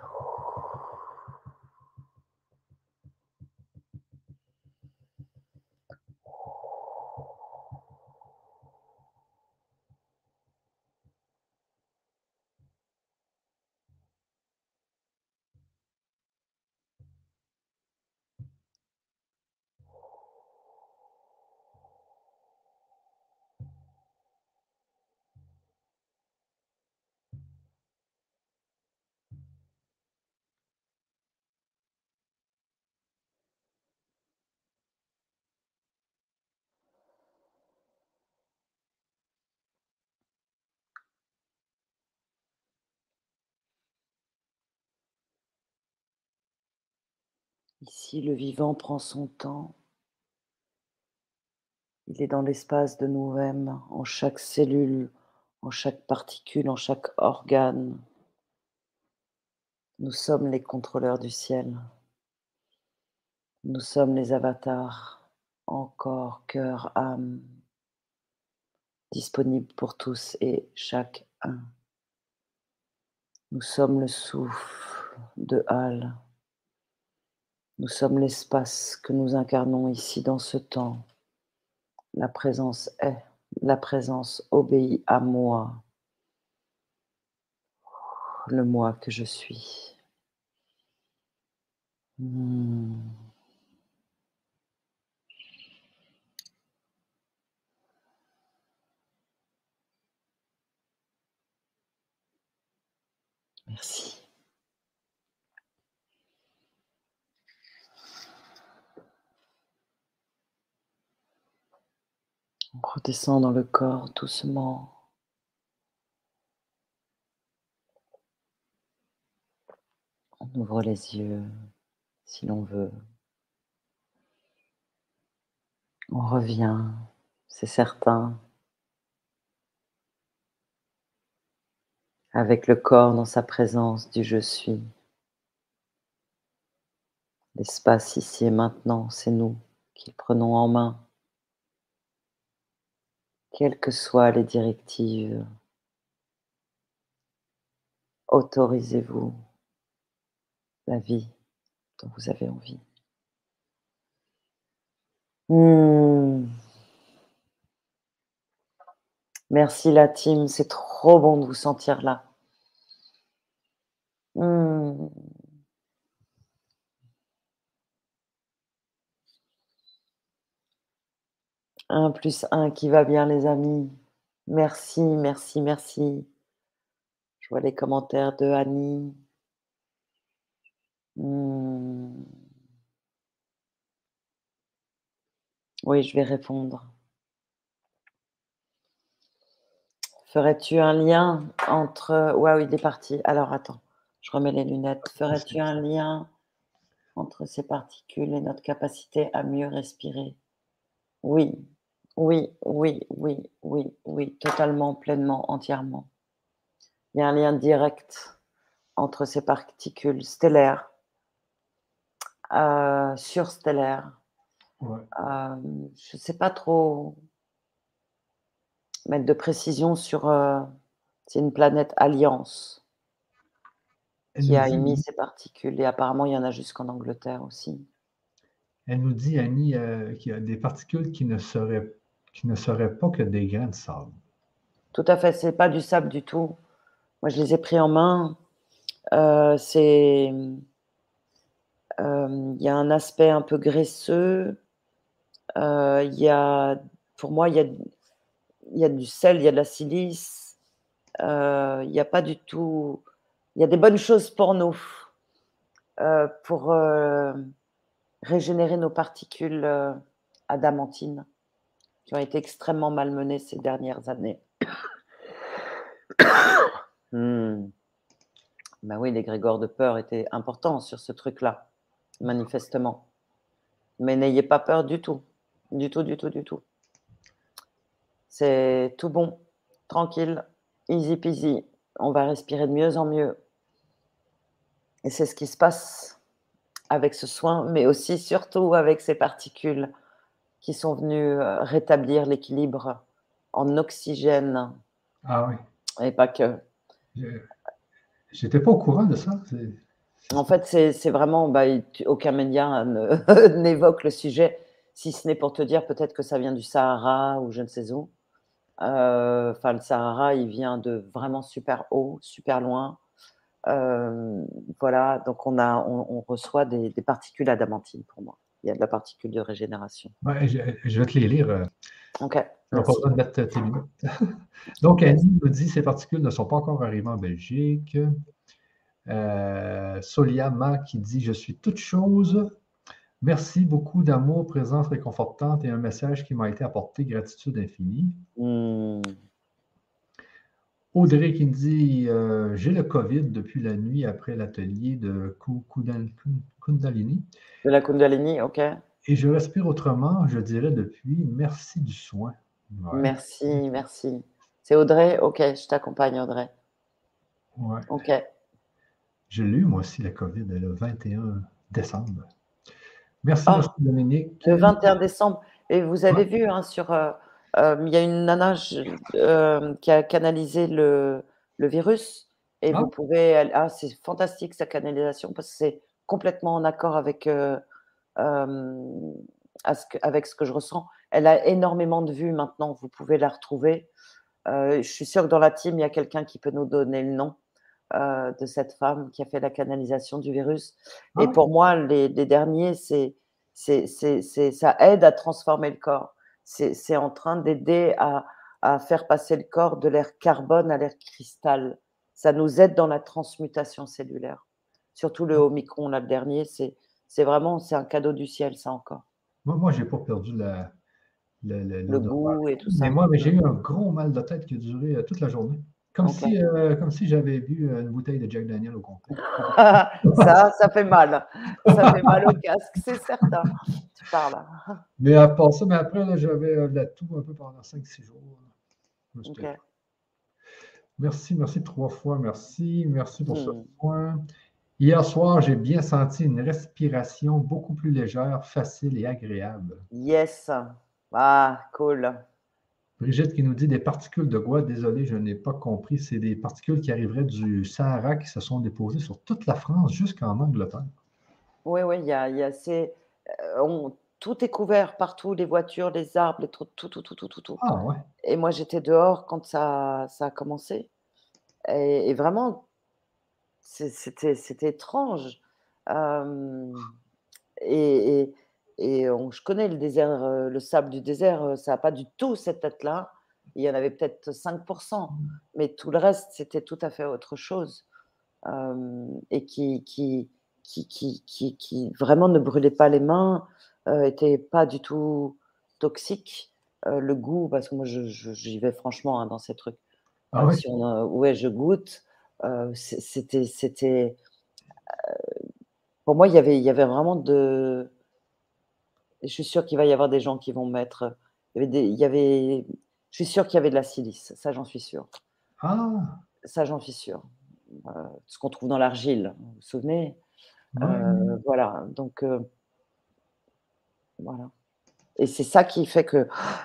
Ici, le vivant prend son temps. Il est dans l'espace de nous-mêmes, en chaque cellule, en chaque particule, en chaque organe. Nous sommes les contrôleurs du ciel. Nous sommes les avatars, encore, cœur, âme, disponibles pour tous et chacun. Nous sommes le souffle de Al. Nous sommes l'espace que nous incarnons ici dans ce temps. La présence est, la présence obéit à moi, le moi que je suis. Mmh. Merci. On redescend dans le corps doucement. On ouvre les yeux si l'on veut. On revient, c'est certain, avec le corps dans sa présence du je suis. L'espace ici et maintenant, c'est nous qui le prenons en main. Quelles que soient les directives, autorisez-vous la vie dont vous avez envie. Mmh. Merci la team, c'est trop bon de vous sentir là. Mmh. Un plus un qui va bien les amis. Merci, merci, merci. Je vois les commentaires de Annie. Mmh. Oui, je vais répondre. Ferais-tu un lien entre... Waouh, il est parti. Alors, attends, je remets les lunettes. Ferais-tu un lien entre ces particules et notre capacité à mieux respirer? Oui, oui, oui, oui, oui, oui, totalement, pleinement, entièrement. Il y a un lien direct entre ces particules stellaires, euh, surstellaires. Ouais. Euh, je ne sais pas trop mettre de précision sur... euh, c'est une planète Alliance Elle qui nous a dit, émis ces particules et apparemment il y en a jusqu'en Angleterre aussi. elle nous dit, Annie, euh, qu'il y a des particules qui ne seraient, qui ne seraient pas que des grains de sable. Tout à fait, c'est pas du sable du tout. Moi, je les ai pris en main. Euh, c'est, euh, il y a un aspect un peu graisseux. Euh, il y a, pour moi, il y a, il y a du sel, il y a de la silice. Euh, il n'y a pas du tout. Il y a des bonnes choses pour nous, euh, pour euh, régénérer nos particules euh, adamantines qui ont été extrêmement malmenées ces dernières années. Hmm. Ben oui, l'égrégore de peur était important sur ce truc-là, manifestement. Mais n'ayez pas peur du tout. Du tout, du tout, du tout. C'est tout bon, tranquille, easy peasy. On va respirer de mieux en mieux. Et c'est ce qui se passe avec ce soin, mais aussi, surtout, avec ces particules qui sont venues rétablir l'équilibre en oxygène. Ah oui. Et pas que. Je n'étais pas au courant de ça. C'est, c'est En ça. fait, c'est, c'est vraiment, bah, aucun média ne, n'évoque le sujet, si ce n'est pour te dire peut-être que ça vient du Sahara ou je ne sais où. Euh, Enfin, le Sahara, il vient de vraiment super haut, super loin. Euh, voilà, donc on, a, on, on reçoit des, des particules adamantines pour moi. Il y a de la particule de régénération. Ouais, je, je vais te les lire. euh, Ok, Tu n'auras pas merci. besoin de mettre tes lunettes. Donc, Yes. Annie nous dit ces particules ne sont pas encore arrivées en Belgique. Euh, Soliama qui dit je suis toute chose. Merci beaucoup d'amour, présence réconfortante et un message qui m'a été apporté. Gratitude infinie. Hmm. Audrey qui me dit euh, j'ai le COVID depuis la nuit après l'atelier de Ku- Kundal- Kundalini De la Kundalini, ok. et je respire autrement, je dirais depuis. Merci du soin. Ouais, Merci, merci. C'est Audrey? Ok, je t'accompagne, Audrey. ouais. Ok. Je l'ai eu moi aussi, la COVID, le vingt et un décembre. Merci, merci Ah, Dominique. le vingt et un décembre. Et vous avez Ouais. vu, hein, sur, euh, euh, il y a une nana je- euh, qui a canalisé le, le virus. Et Ah, vous pouvez, aller- ah, c'est fantastique sa canalisation parce que c'est complètement en accord avec, euh, euh, à ce que- avec ce que je ressens. Elle a énormément de vues maintenant. Vous pouvez la retrouver. Euh, je suis sûre que dans la team, il y a quelqu'un qui peut nous donner le nom euh, de cette femme qui a fait la canalisation du virus. Et ah, pour moi, les, les derniers, c'est, c'est, c'est, c'est, ça aide à transformer le corps. C'est, c'est en train d'aider à, à faire passer le corps de l'air carbone à l'air cristal. Ça nous aide dans la transmutation cellulaire. Surtout le Omicron, là, le dernier, c'est, c'est vraiment c'est un cadeau du ciel, ça encore. moi, moi je n'ai pas perdu la, la- la- Le l'odorat. goût et tout Mais ça. moi, mais j'ai Mm. eu un gros mal de tête qui a duré euh, toute la journée. Comme Ok. si, euh, comme si j'avais bu euh, une bouteille de Jack Daniel au complet. Ça, ça fait mal. Ça fait mal au casque, c'est certain. Tu parles. Mais à part ça, mais après, là, j'avais euh, de la toux un peu pendant cinq six jours. Là. Ok. C'était- Merci, merci trois fois. Merci, merci pour ce Hmm. point. Hier soir, j'ai bien senti une respiration beaucoup plus légère, facile et agréable. Yes. Ah, cool. Brigitte qui nous dit des particules de quoi? Désolé, je n'ai pas compris. C'est des particules qui arriveraient du Sahara qui se sont déposées sur toute la France jusqu'en Angleterre. Oui, oui, il y a, il y a ces, euh, on- tout est couvert partout, les voitures, les arbres, les trous, tout, tout, tout, tout, tout, tout. Ah ouais. Et moi, j'étais dehors quand ça, ça a commencé. Et, et vraiment, c'est- c'était, c'était étrange. Euh, et et, et on- je connais le désert, euh, le sable du désert, euh, ça n'a pas du tout cette tête-là. Il y en avait peut-être cinq pour cent, mais tout le reste, c'était tout à fait autre chose. Euh, et qui, qui, qui, qui, qui, qui vraiment ne brûlait pas les mains, euh, était pas du tout toxique. Euh, le goût, parce que moi, je, je- j'y vais franchement, hein, dans ces trucs. Ah Euh, ouais. si on a- ouais, je goûte. Euh, c'est- c'était, c'était, pour moi, il y avait, il y avait vraiment de. Je suis sûre qu'il va y avoir des gens qui vont mettre. Il y avait des, il y avait, je suis sûre qu'il y avait de la silice. Ça, j'en suis sûre. Ah, Ça, j'en suis sûre. Euh, ce qu'on trouve dans l'argile, vous vous souvenez? ouais. Euh, voilà. Donc, euh, voilà. Et c'est ça qui fait que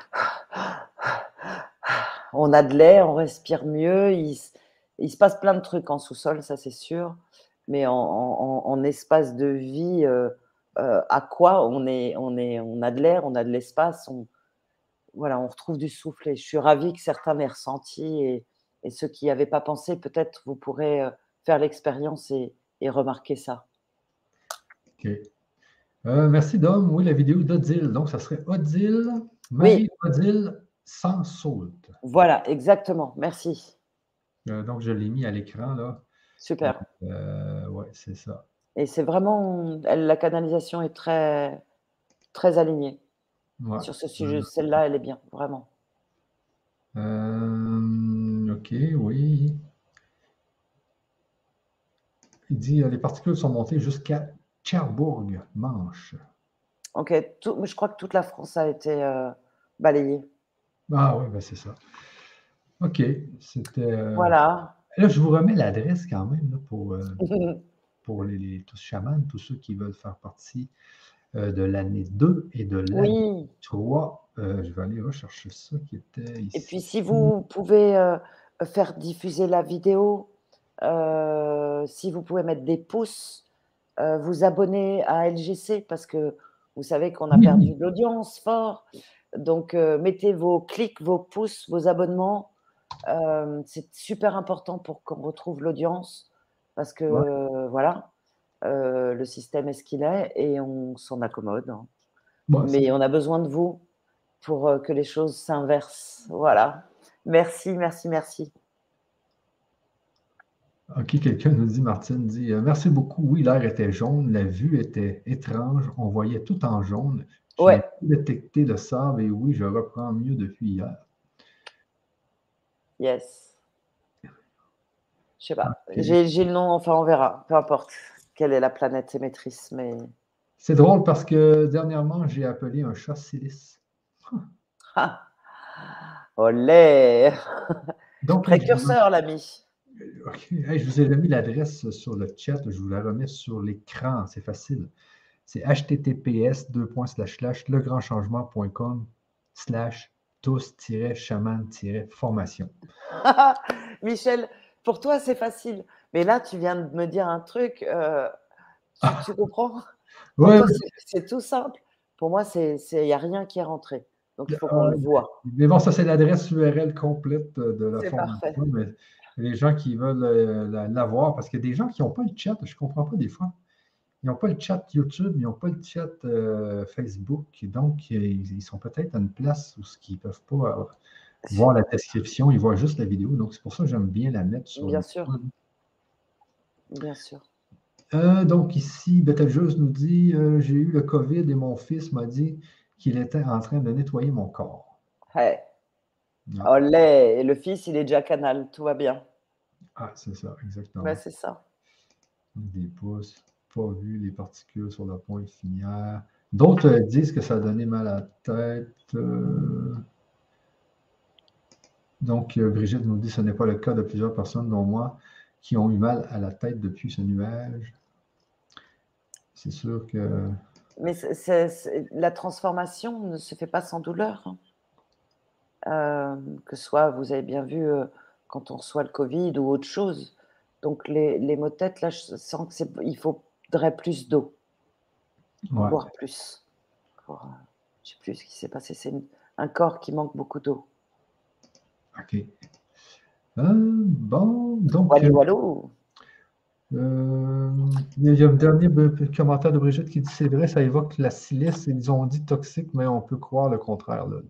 on a de l'air, on respire mieux. Il, il se passe plein de trucs en sous-sol, ça c'est sûr. Mais en, en- en espace de vie, euh, euh, à quoi on est, on est, on a de l'air, on a de l'espace, on, voilà, on retrouve du souffle. Et je suis ravie que certains l'aient ressenti et, et ceux qui n'y avaient pas pensé, peut-être vous pourrez euh, faire l'expérience et, et remarquer ça. OK. Euh, merci, Dom. Oui, la vidéo d'Odile. Donc, ça serait Odile, Oui, Marie-Odile sans saute. voilà, exactement. Merci. Euh, donc, je l'ai mis à l'écran, là. Super. Euh, ouais, c'est ça. Et c'est vraiment, elle, la canalisation est très, très alignée Ouais. sur ce Euh, sujet. Celle-là, elle est bien, vraiment. euh, OK, oui. Il dit euh, les particules sont montées jusqu'à Cherbourg, Manche. Ok, tout, je crois que toute la France a été euh, balayée. Ah oui, ben c'est ça. OK. C'était. euh, Voilà. Là, je vous remets l'adresse quand même là, pour, euh, pour les, les- tous chamans, tous ceux qui veulent faire partie euh, de l'année deux et de l'année Oui. trois. Euh, je vais aller rechercher ça qui était Et ici. puis, si vous pouvez euh, faire diffuser la vidéo, euh, si vous pouvez mettre des pouces, euh, vous abonner à L G C parce que vous savez qu'on a Oui, oui. perdu de l'audience fort. Donc, euh, mettez vos clics, vos pouces, vos abonnements. Euh, c'est super important pour qu'on retrouve l'audience parce que Ouais. euh, voilà, euh, le système est ce qu'il est et on s'en accommode, hein. Bon, c'est- Mais on a besoin de vous pour euh, que les choses s'inversent. Voilà. Merci, merci, merci. OK, quelqu'un nous dit, Martine dit euh, merci beaucoup. Oui, l'air était jaune, la vue était étrange, on voyait tout en jaune. J'ai Ouais, détecté le sable et oui, je reprends mieux depuis hier. yes. Je sais pas. Ok. J'ai j'ai le nom, enfin, on verra. Peu importe quelle est la planète émettrice, mais C'est drôle parce que dernièrement, j'ai appelé un chat Silice. ah! Olé! Donc, hey, je vous, Précurseur, l'ami. ok. Hey, je vous ai remis l'adresse sur le chat. Je vous la remets sur l'écran. C'est facile. C'est h t t p s deux points slash slash legrandchangement.com slash tous-chaman-formation. Michel, pour toi, c'est facile. Mais là, tu viens de me dire un truc. euh, tu, tu comprends? Pour Ouais, toi, c'est c'est tout simple. Pour moi, c'est c'est- il n'y a rien qui est rentré. Donc, il faut qu'on euh, le voit. mais bon, ça, c'est l'adresse U R L complète de la C'est parfait. formation. Mais les gens qui veulent euh, la- l'avoir, parce qu'il y a des gens qui n'ont pas le chat, je ne comprends pas des fois. Ils n'ont pas le chat YouTube, ils n'ont pas le chat euh, Facebook. Et donc, ils, ils sont peut-être à une place où ils ne peuvent pas euh, voir la description, ils voient juste la vidéo. Donc, c'est pour ça que j'aime bien la mettre sur Bien le. sûr. Bien sûr. Euh, donc, ici, Betelgeuse nous dit euh, j'ai eu le COVID et mon fils m'a dit qu'il était en train de nettoyer mon corps. Hey. Ah, Olé! Et le fils, il est déjà canal. Tout va bien. ah, c'est ça, Ouais, exactement. c'est ça. Des pouces, pas vu les particules sur la pointe finière. D'autres euh, disent que ça a donné mal à la tête. euh, Donc, euh, Brigitte nous dit ce n'est pas le cas de plusieurs personnes, dont moi, qui ont eu mal à la tête depuis ce nuage. C'est sûr que. Mais c'est- c'est- c'est- la transformation ne se fait pas sans douleur, hein. Euh, que ce soit, vous avez bien vu, euh, quand on reçoit le Covid ou autre chose. Donc, les, les maux de tête, là, je sens que c'est, il faudrait plus d'eau, Ouais, boire plus. Pour, euh, je sais plus ce qui s'est passé. C'est une- un corps qui manque beaucoup d'eau. OK. Euh, bon, donc, Walou, euh, walou. euh, il y a un dernier be- commentaire de Brigitte qui dit c'est vrai, ça évoque la silice. Ils ont dit toxique, mais on peut croire le contraire. Là.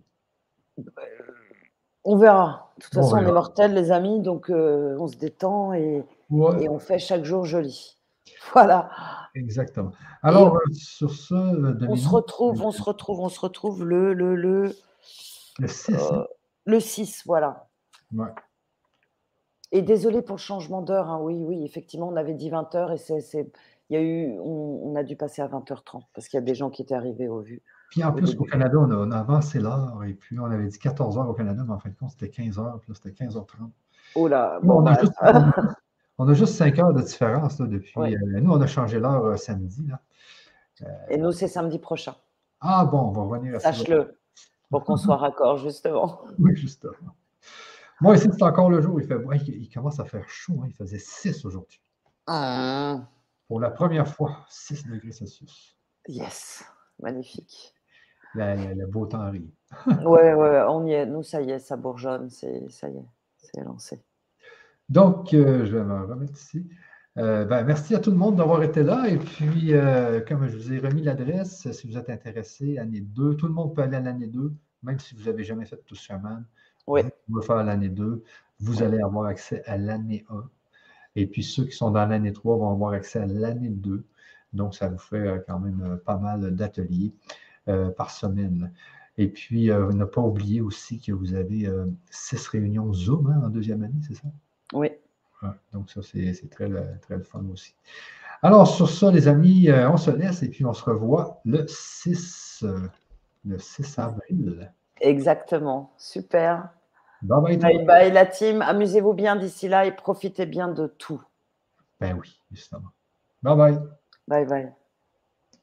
On verra. De toute On façon, on est verra. mortels, les amis, donc euh, on se détend et, Ouais, et on fait chaque jour joli. Voilà. exactement. Et Alors, euh, sur ce, euh, on se Dominique, retrouve, on se retrouve, on se retrouve le, le, le, le six, hein? euh, le six, voilà. Ouais. Et désolé pour le changement d'heure, hein. Oui, oui, effectivement, on avait dit vingt heures et c'est, c'est, il y a eu, on, on a dû passer à vingt heures trente parce qu'il y a des gens qui étaient arrivés au vu Puis en au plus, au début. Canada, on a, on a avancé l'heure, et puis on avait dit quatorze heures au Canada, mais en fin de compte, c'était quinze heures, puis là, c'était quinze heures trente. Oh là, Nous, bon on a bah, juste, on a juste, on a juste cinq heures de différence là, depuis. oui. euh, nous, on a changé l'heure euh, samedi. Là. Euh, Et nous, c'est samedi prochain. ah bon, on va revenir à ça. Sache-le, pour qu'on soit raccord, justement. Oui, justement. Moi, ici, c'est encore le jour. Il, fait, ouais, il, il commence à faire chaud. Hein, il faisait six aujourd'hui. Ah, Pour la première fois, six degrés Celsius. yes, magnifique. La- la- Le beau temps arrive. Ouais, ouais, on y est. Nous, ça y est, ça bourgeonne, c'est, ça y est, c'est lancé. Donc, euh, je vais me remettre ici. Euh, ben, merci à tout le monde d'avoir été là. Et puis, euh, comme je vous ai remis l'adresse, si vous êtes intéressé, année deux, tout le monde peut aller à l'année deux, même si vous n'avez jamais fait Tous Chaman. Oui, Vous pouvez faire l'année deux. Vous oui. allez avoir accès à l'année un. Et puis, ceux qui sont dans l'année trois vont avoir accès à l'année deux. Donc, ça vous fait euh, quand même euh, pas mal d'ateliers euh, par semaine. Et puis, euh, ne pas oublier aussi que vous avez euh, six réunions Zoom hein, en deuxième année, c'est ça? Oui. Ouais, donc ça, c'est c'est très, le- très le fun aussi. Alors, sur ça, les amis, euh, on se laisse et puis on se revoit le six, euh, le six avril. Exactement. Super. Bye bye tout le Bye monde. bye la team. Amusez-vous bien d'ici là et profitez bien de tout. Ben oui, justement. Bye bye. Bye bye.